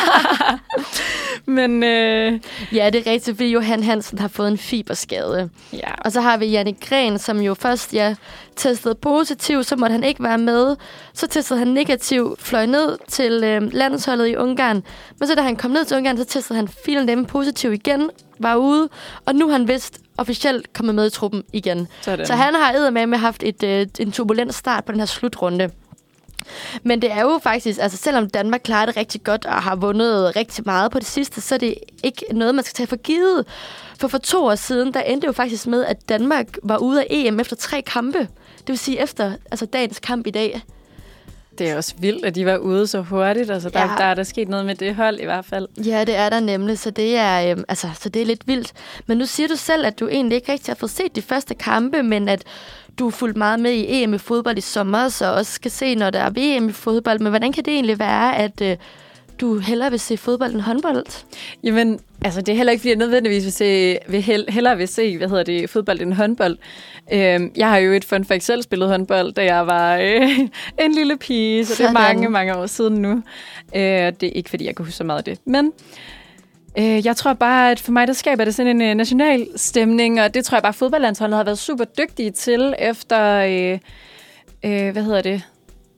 Men øh... ja, det er rigtigt, fordi Johan Hansen har fået en fiberskade. Ja. Og så har vi Jannik Gren, som jo først ja, testede positiv, så måtte han ikke være med. Så testede han negativ, fløj ned til øh, landsholdet i Ungarn. Men så da han kom ned til Ungarn, så testede han filen dem positiv igen, var ude. Og nu har han vist officielt kommet med i truppen igen. Sådan. Så han har eddermame haft et, øh, en turbulent start på den her slutrunde. Men det er jo faktisk, altså selvom Danmark klarer det rigtig godt og har vundet rigtig meget på det sidste, så er det ikke noget, man skal tage for givet. For for to år siden, der endte jo faktisk med, at Danmark var ude af E M efter tre kampe. Det vil sige efter altså dagens kamp i dag. Det er også vildt, at de var ude så hurtigt. Altså, der, ja. der er der sket noget med det hold i hvert fald. Ja, det er der nemlig, så det er, øhm, altså, så det er lidt vildt. Men nu siger du selv, at du egentlig ikke rigtig har fået set de første kampe, men at du er fulgt meget med i E M i fodbold i sommer, så også skal se, når der er V M i fodbold. Men hvordan kan det egentlig være, at øh, du hellere vil se fodbold end håndbold? Jamen, altså det er heller ikke, fordi jeg nødvendigvis vil se, vil hell- hellere vil se, hvad hedder det, fodbold end håndbold. Øhm, jeg har jo et fun fact selv spillet håndbold, da jeg var øh, en lille pige, så Sådan. Det er mange, mange år siden nu. Øh, det er ikke, fordi jeg kan huske så meget af det. Men øh, jeg tror bare, at for mig, der skaber det sådan en øh, national stemning, og det tror jeg bare, fodboldlandsholdet har været super dygtige til efter, øh, øh, hvad hedder det,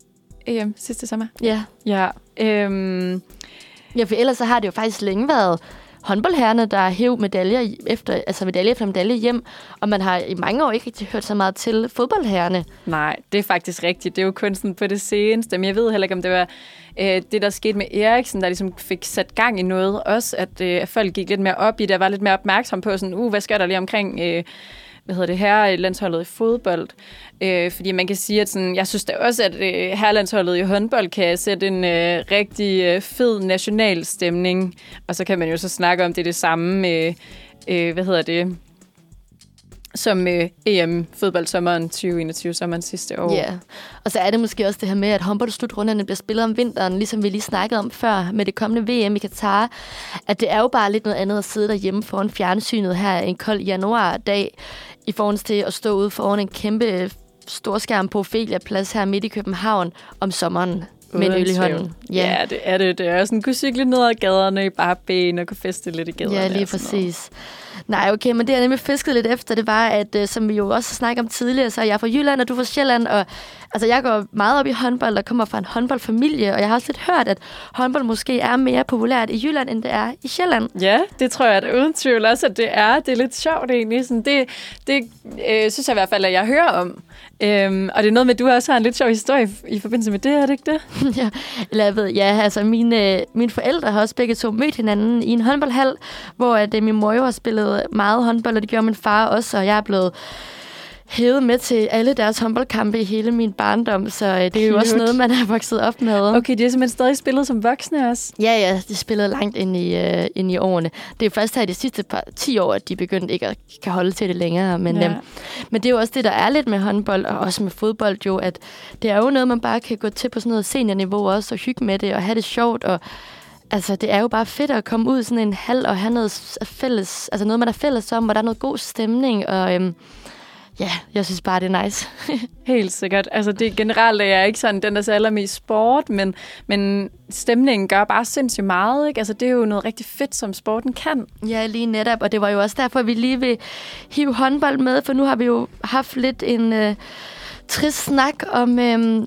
E M sidste sommer. Ja. Ja, øhm, ja, for ellers så har det jo faktisk længe været håndboldherrerne, der hæv medaljer efter, altså medalje efter medalje hjem, og man har i mange år ikke rigtig hørt så meget til fodboldherrerne. Nej, det er faktisk rigtigt. Det er jo kun sådan på det seneste, men jeg ved heller ikke, om det var øh, det, der skete med Eriksen, der ligesom fik sat gang i noget også, at, øh, at folk gik lidt mere op i det, var lidt mere opmærksom på sådan, uh, hvad sker der lige omkring øh, hvad hedder det, herrelandsholdet i fodbold. Øh, fordi man kan sige, at sådan, jeg synes da også, at øh, herrelandsholdet i håndbold kan sætte en øh, rigtig øh, fed national stemning. Og så kan man jo så snakke om det det samme med, øh, hvad hedder det, som øh, E M-fodboldsommeren tyve enogtyve, sommeren sidste år. Ja, yeah. Og så er det måske også det her med, at håndboldslutrunderne bliver spillet om vinteren, ligesom vi lige snakkede om før med det kommende V M i Katar. At det er jo bare lidt noget andet at sidde derhjemme foran fjernsynet her en kold januardag, i forhold til at stå ude foran en kæmpe storskærm på Ophelia-plads her midt i København om sommeren. Med en øl i hånden. Ja. ja, det er det. Det er sådan, kunne cykle ned ad gaderne i bare ben og kunne feste lidt i gaderne. Ja, lige præcis. Nej, okay, men det jeg nemlig fisket lidt efter, det var, at uh, som vi jo også snakker om tidligere, så er jeg fra Jylland, og du er fra Sjælland, og altså, jeg går meget op i håndbold, og kommer fra en håndboldfamilie, og jeg har også lidt hørt, at håndbold måske er mere populært i Jylland, end det er i Sjælland. Ja, det tror jeg, at uden tvivl også, at det er. Det er lidt sjovt egentlig. Sådan, det det øh, synes jeg i hvert fald, at jeg hører om. Øhm, og det er noget med, at du også har en lidt sjov historie i, i forbindelse med det, er det ikke det? ja, eller jeg ved, ja, altså mine, mine forældre har også begge to mødt hinanden i en håndboldhal, hvor at, min mor jo har spillet meget håndbold, og det gjorde min far også, og jeg er blevet hævet med til alle deres håndboldkampe i hele min barndom, så det er jo også noget, man har vokset op med. Okay, de har simpelthen stadig spillet som voksne også? Ja, ja, de spillede langt ind i, uh, ind i årene. Det er jo først her i de sidste par, ti år, at de begyndte ikke at kan holde til det længere, men, ja. øhm, men det er jo også det, der er lidt med håndbold, og også med fodbold jo, at det er jo noget, man bare kan gå til på sådan noget seniorniveau også, og hygge med det, og have det sjovt, og altså, det er jo bare fedt at komme ud i sådan en hal og have noget fælles, altså noget, man er fælles om, hvor der er noget god stemning, og øhm, ja, jeg synes bare, det er nice. Helt sikkert. Altså, det generelt er jeg ikke sådan den, der ser allermest sport, men, men stemningen gør bare sindssygt meget, ikke? Altså, det er jo noget rigtig fedt, som sporten kan. Ja, lige netop, og det var jo også derfor, vi lige vil hive håndbold med, for nu har vi jo haft lidt en øh, trist snak om, øh,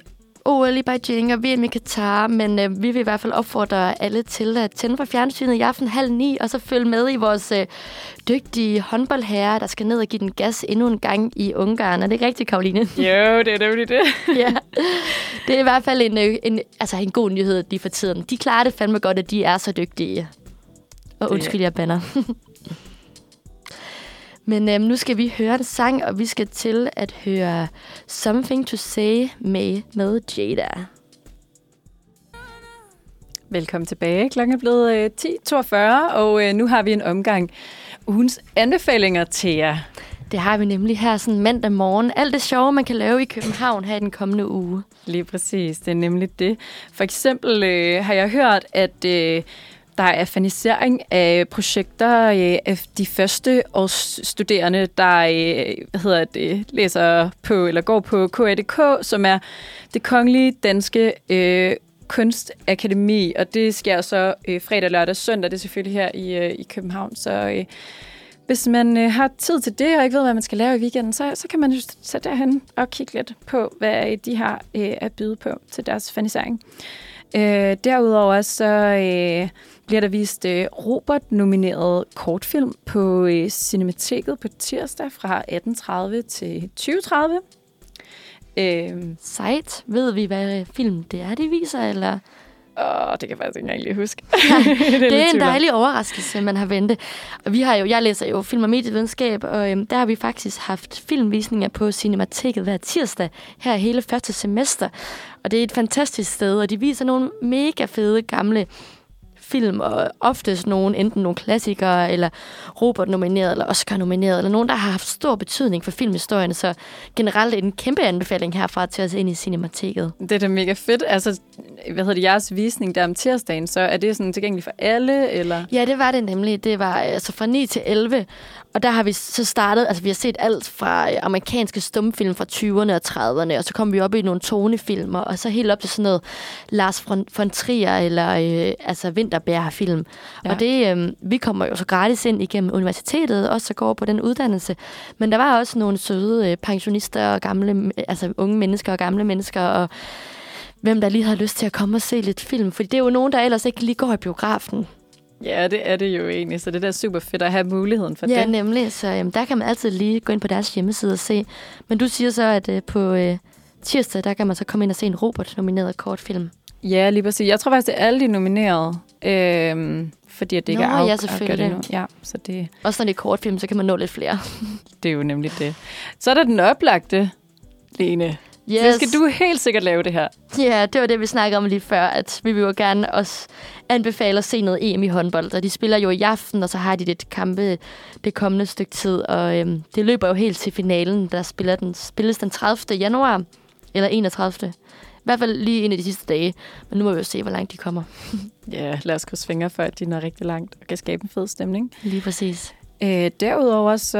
O L i Beijing og V M i Katar, men øh, vi vil i hvert fald opfordre alle til at tænde for fjernsynet i aften halv ni, og så følge med i vores øh, dygtige håndboldherrer, der skal ned og give den gas endnu en gang i Ungarn. Er det ikke rigtigt, Karoline? Jo, det er nemlig det. Ja, det er i hvert fald en, en, altså en god nyhed lige for tiden. De klarer det fandme godt, at de er så dygtige. Og undskyld, jeg bander. Men øhm, nu skal vi høre en sang, og vi skal til at høre Something to Say med, med Jada. Velkommen tilbage. Klokken er blevet øh, ti toogfyrre, og øh, nu har vi en omgang ugens anbefalinger til jer. Det har vi nemlig her sådan mandag morgen. Alt det sjove, man kan lave i København her i den kommende uge. Lige præcis, det er nemlig det. For eksempel øh, har jeg hørt, at øh, der er fanisering af projekter øh, af de første års studerende, der øh, hvad hedder det, læser på eller går på K A D K, som er det kongelige danske øh, kunstakademi, og det sker så øh, fredag, lørdag og søndag. Det er selvfølgelig her i, øh, i København, så øh, hvis man øh, har tid til det, og ikke ved, hvad man skal lave i weekenden, så, så kan man jo sætte derhen og kigge lidt på, hvad de har øh, at byde på til deres fanisering. Øh, derudover så øh, bliver der vist øh, Robert-nomineret kortfilm på øh, Cinemateket på tirsdag fra atten tredive til tyve tredive. Øh, Sejt. Ved vi, hvad film det er, de viser, eller? Åh, det kan jeg faktisk ikke engang lige huske. det, det er, det er en dejlig overraskelse, man har ventet. Og vi har jo, jeg læser jo film- og medievidenskab, og øhm, der har vi faktisk haft filmvisninger på Cinemateket hver tirsdag, her hele første semester. Og det er et fantastisk sted, og de viser nogle mega fede gamle film, og oftest nogen, enten nogle klassikere, eller Robert-nomineret, eller Oscar-nomineret, eller nogen, der har haft stor betydning for filmhistorien. Så generelt en kæmpe anbefaling herfra til os ind i Cinemateket. Det er da mega fedt. Altså, hvad hedder det, jeres visning der om tirsdagen, så er det sådan tilgængeligt for alle, eller? Ja, det var det nemlig. Det var altså fra ni til elleve, og der har vi så startet, altså vi har set alt fra amerikanske stumfilm fra tyverne og trediverne, og så kom vi op i nogle tonefilmer, og så helt op til sådan noget Lars von Trier, eller øh, altså Vinterberg-film. Ja. Og det, øh, vi kommer jo så gratis ind igennem universitetet, også så går på den uddannelse. Men der var også nogle søde øh, pensionister og gamle, altså unge mennesker og gamle mennesker, og hvem der lige har lyst til at komme og se lidt film. For det er jo nogen, der ellers ikke lige går i biografen. Ja, det er det jo egentlig, så det er super fedt at have muligheden for ja, det. Ja, nemlig. Så jamen, der kan man altid lige gå ind på deres hjemmeside og se. Men du siger så, at øh, på øh, tirsdag, der kan man så komme ind og se en Robert-nomineret kortfilm. Ja, lige præcis. Jeg tror faktisk, det er alle de nominerede, øh, fordi at det ikke Nå, er af- ja, selvfølgelig. afgjort endnu. Ja, så det... Også når det er kortfilm, så kan man nå lidt flere. Det er jo nemlig det. Så er der den oplagte, Lene. Yes. Så skal du helt sikkert lave det her. Ja, det var det, vi snakkede om lige før, at vi vil jo gerne også anbefale at se noget E M i håndbold. Og de spiller jo i aften, og så har de det kampe det kommende stykke tid. Og øhm, det løber jo helt til finalen, der spiller den, spilles den tredivte januar, eller enogtredivte I hvert fald lige ind i de sidste dage. Men nu må vi jo se, hvor langt de kommer. Ja, lad os krydse fingre for, at de når rigtig langt og kan skabe en fed stemning. Lige præcis. Øh, derudover så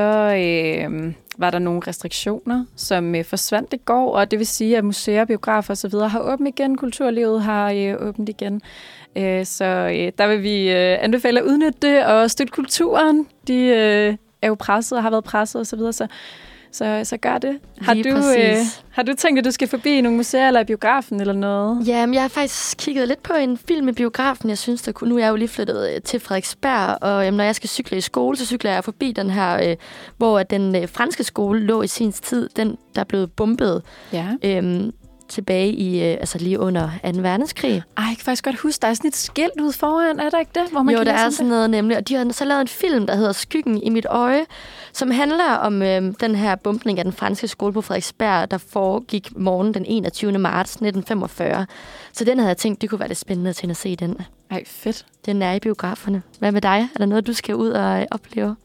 øh, var der nogle restriktioner, som øh, forsvandt i går, og det vil sige, at museer, biografer og så videre har åbent igen. Kulturlivet har øh, åbent igen. Øh, så øh, der vil vi øh, anbefale at udnytte det og støtte kulturen. De øh, er jo presset og har været presset og så videre, så Så, så gør det. Har du, øh, har du tænkt, at du skal forbi nogle museer eller biografen eller noget? Jamen, jeg har faktisk kigget lidt på en film i biografen. Jeg synes, der kunne, nu er jeg jo lige flyttet til Frederiksberg, og jamen, når jeg skal cykle i skole, så cykler jeg forbi den her, øh, hvor den øh, franske skole lå i sin tid, den der er blevet bombet. Ja. Øhm, tilbage i, øh, altså lige under anden verdenskrig. Ej, jeg kan faktisk godt huske, der er sådan et skilt ude foran, er der ikke det? Hvor man jo, kan der er sådan sådan noget nemlig, og de har så lavet en film, der hedder Skyggen i mit øje, som handler om øh, den her bombning af den franske skole på Frederiksberg, der foregik morgen den enogtyvende marts nitten femogfyrre. Så den havde jeg tænkt, det kunne være lidt spændende til at se den. Ej, fedt. Den er i biograferne. Hvad med dig? Er der noget, du skal ud og øh, opleve?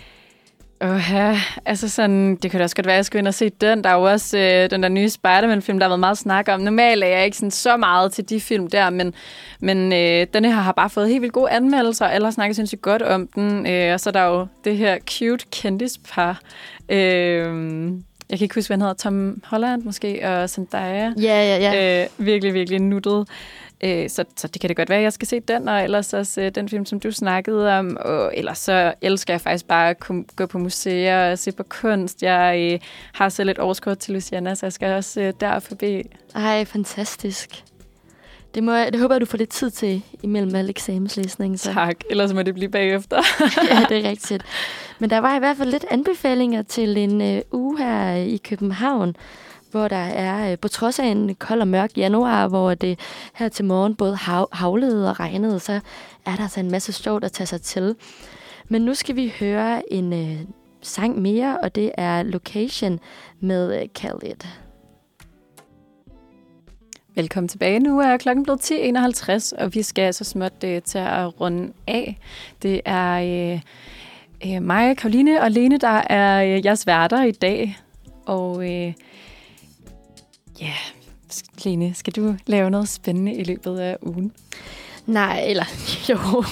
Åh, ja. Altså sådan, det kan da også godt være, at jeg skal ind og se den. Der er jo også øh, den der nye Spider-Man-film, der har været meget snak om. Normalt er jeg ikke sådan så meget til de film der, men, men øh, denne her har bare fået helt vildt gode anmeldelser, og alle har snakket sindssygt godt om den. Øh, og så er der jo det her cute kendispar. Øh, jeg kan ikke huske, hvad han hedder. Tom Holland måske, og Zendaya. Ja, ja, ja. Øh, virkelig, virkelig nuttet. Øh, så, så det kan det godt være, at jeg skal se den, og ellers også øh, den film, som du snakkede om. Og ellers så elsker jeg faktisk bare at kom, gå på museer og se på kunst. Jeg øh, har selv et årskort til Louisiana, så jeg skal også øh, der forbi. Ej, fantastisk. Det, må jeg, det håber jeg, du får lidt tid til imellem al eksamenslæsning. Så. Tak, ellers må det blive bagefter. Ja, det er rigtigt. Men der var i hvert fald lidt anbefalinger til en øh, uge her i København, hvor der er, øh, på trods af en kold og mørk januar, hvor det her til morgen både hav, havlede og regnede, så er der altså en masse sjovt at tage sig til. Men nu skal vi høre en øh, sang mere, og det er Location med øh, Khalid. Velkommen tilbage. Nu er klokken blevet ti enoghalvtreds, og vi skal så småt uh, til at runde af. Det er uh, uh, mig, Karoline og Lene, der er uh, jeres værter i dag. Og uh, ja, yeah. Lene, skal du lave noget spændende i løbet af ugen? Nej, eller jo.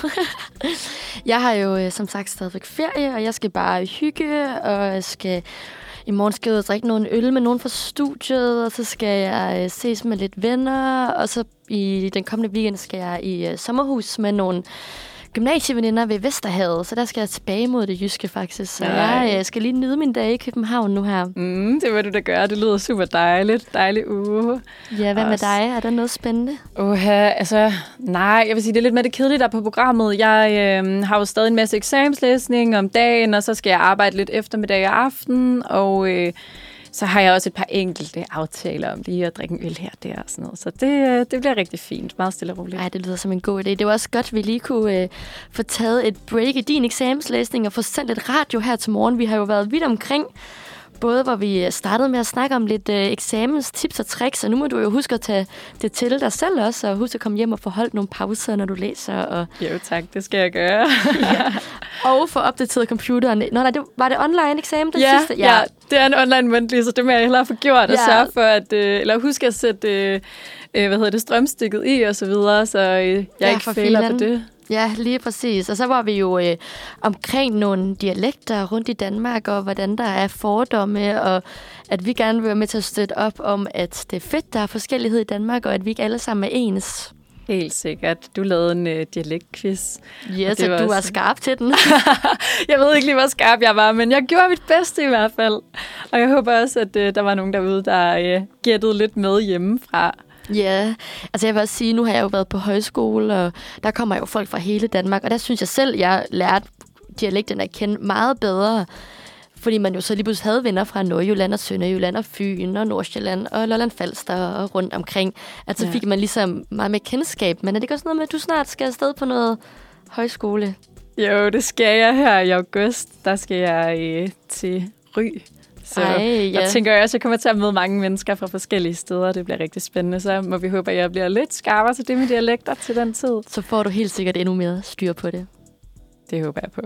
Jeg har jo som sagt stadigvæk ferie, og jeg skal bare hygge, og jeg skal... I morgen skal jeg drikke nogle øl med nogen fra studiet, og så skal jeg øh, ses med lidt venner, og så i den kommende weekend skal jeg i øh, sommerhus med nogle gymnasieveninder ved Vesterhavet, så der skal jeg tilbage mod det jyske faktisk. Så jeg øh, skal lige nyde min dag i København nu her. Mm, det vil du da gøre. Det lyder super dejligt. Dejlig uge. Ja, hvad med dig? Er der noget spændende? Oha, altså, nej, jeg vil sige, det er lidt med det kedelige der på programmet. Jeg øh, har jo stadig en masse eksamenslæsning om dagen, og så skal jeg arbejde lidt eftermiddag og aften, og øh, så har jeg også et par enkelte aftaler om lige at drikke en øl her og der og sådan noget. Så det, det bliver rigtig fint. Meget stille og roligt. Ej, det lyder som en god idé. Det var også godt, at vi lige kunne øh, få taget et break i din eksamenslæsning og få sendt lidt radio her til morgen. Vi har jo været vidt omkring, både hvor vi startede med at snakke om lidt øh, eksamenstips og tricks, og nu må du jo huske at tage det til dig selv også, og huske at komme hjem og få holdt nogle pauser, når du læser. Og jo tak, det skal jeg gøre. Ja. Og få opdateret computeren. Nå nej, det, var det online eksamen den ja, sidste? Ja. ja, det er en online mundtlig, så det må jeg hellere få gjort, og ja. sørge for, at, øh, eller huske at sætte øh, hvad hedder det, strømstikket i, og så videre, så øh, jeg ja, ikke fejler på det. Ja, lige præcis. Og så var vi jo øh, omkring nogle dialekter rundt i Danmark, og hvordan der er fordomme, og at vi gerne vil være med til at støtte op om, at det er fedt, der er forskellighed i Danmark, og at vi ikke alle sammen er ens. Helt sikkert. Du lavede en øh, dialektquiz. Ja, så du var skarp til den. Jeg ved ikke lige, hvor skarp jeg var, men jeg gjorde mit bedste i hvert fald. Og jeg håber også, at øh, der var nogen derude, der øh, gættede lidt med hjemmefra. Ja, altså jeg vil også sige, nu har jeg jo været på højskole, og der kommer jo folk fra hele Danmark, og der synes jeg selv, jeg lærte dialekten at kende meget bedre, fordi man jo så lige pludselig havde venner fra Nordjylland og Sønderjylland og Fyn og Nordsjælland og Lolland Falster og rundt omkring. Altså ja. Fik man ligesom meget med kendskab, men er det ikke også noget med, at du snart skal afsted på noget højskole? Jo, det skal jeg her i august. Der skal jeg øh, til Ry. Så Ej, ja. Jeg tænker også, at jeg kommer til at møde mange mennesker fra forskellige steder. Det bliver rigtig spændende. Så må vi håbe, at jeg bliver lidt skarpere til det med dialekter til den tid. Så får du helt sikkert endnu mere styr på det. Det håber jeg på.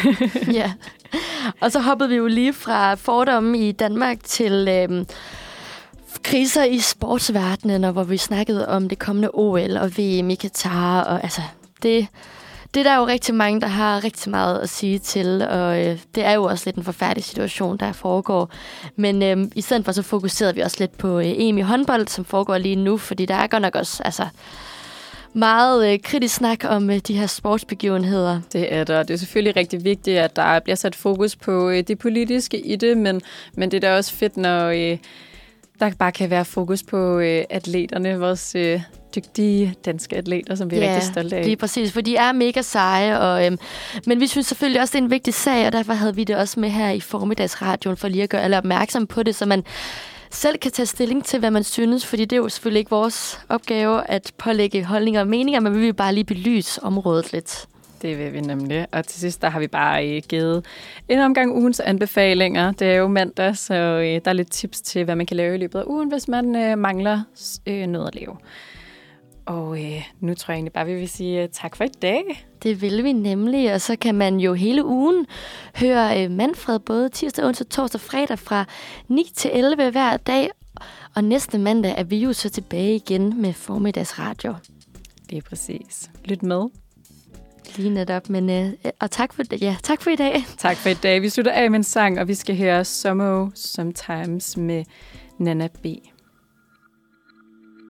Ja. Og så hoppede vi jo lige fra fordomme i Danmark til øhm, kriser i sportsverdenen, og hvor vi snakkede om det kommende O L og V M i Katar. Og altså, det... Det er der jo rigtig mange, der har rigtig meget at sige til, og øh, det er jo også lidt en forfærdelig situation, der foregår. Men øh, i stedet for, så fokuserede vi også lidt på øh, E M i håndbold, som foregår lige nu, fordi der er godt nok også altså, meget øh, kritisk snak om øh, de her sportsbegivenheder. Det er der. Det er selvfølgelig rigtig vigtigt, at der bliver sat fokus på øh, det politiske i det, men, men det er da også fedt, når øh, der bare kan være fokus på øh, atleterne, vores... Øh, dygtige danske atleter, som vi er ja, rigtig stolte af. Lige præcis, for de er mega seje, og, øhm, men vi synes selvfølgelig også, det er en vigtig sag, og derfor havde vi det også med her i formiddagsradioen, for lige at gøre alle opmærksom på det, så man selv kan tage stilling til, hvad man synes, fordi det er jo selvfølgelig ikke vores opgave at pålægge holdninger og meninger, men vi vil bare lige belyse området lidt. Det vil vi nemlig. Og til sidst, der har vi bare givet en omgang ugens anbefalinger. Det er jo mandag, så øh, der er lidt tips til, hvad man kan lave i løbet af ugen, hvis man øh, mangler øh, noget at lave. Og øh, nu tror jeg egentlig bare, vi vil sige uh, tak for i dag. Det vil vi nemlig, og så kan man jo hele ugen høre øh, Manfred både tirsdag, onsdag, torsdag og fredag fra ni til elleve hver dag. Og næste mandag er vi jo så tilbage igen med formiddagsradio. Det er præcis. Lyt med. Lige netop, men øh, og tak for, ja, tak for i dag. Tak for i dag. Vi slutter af med en sang, og vi skal høre Somehow Sometimes med Nana B.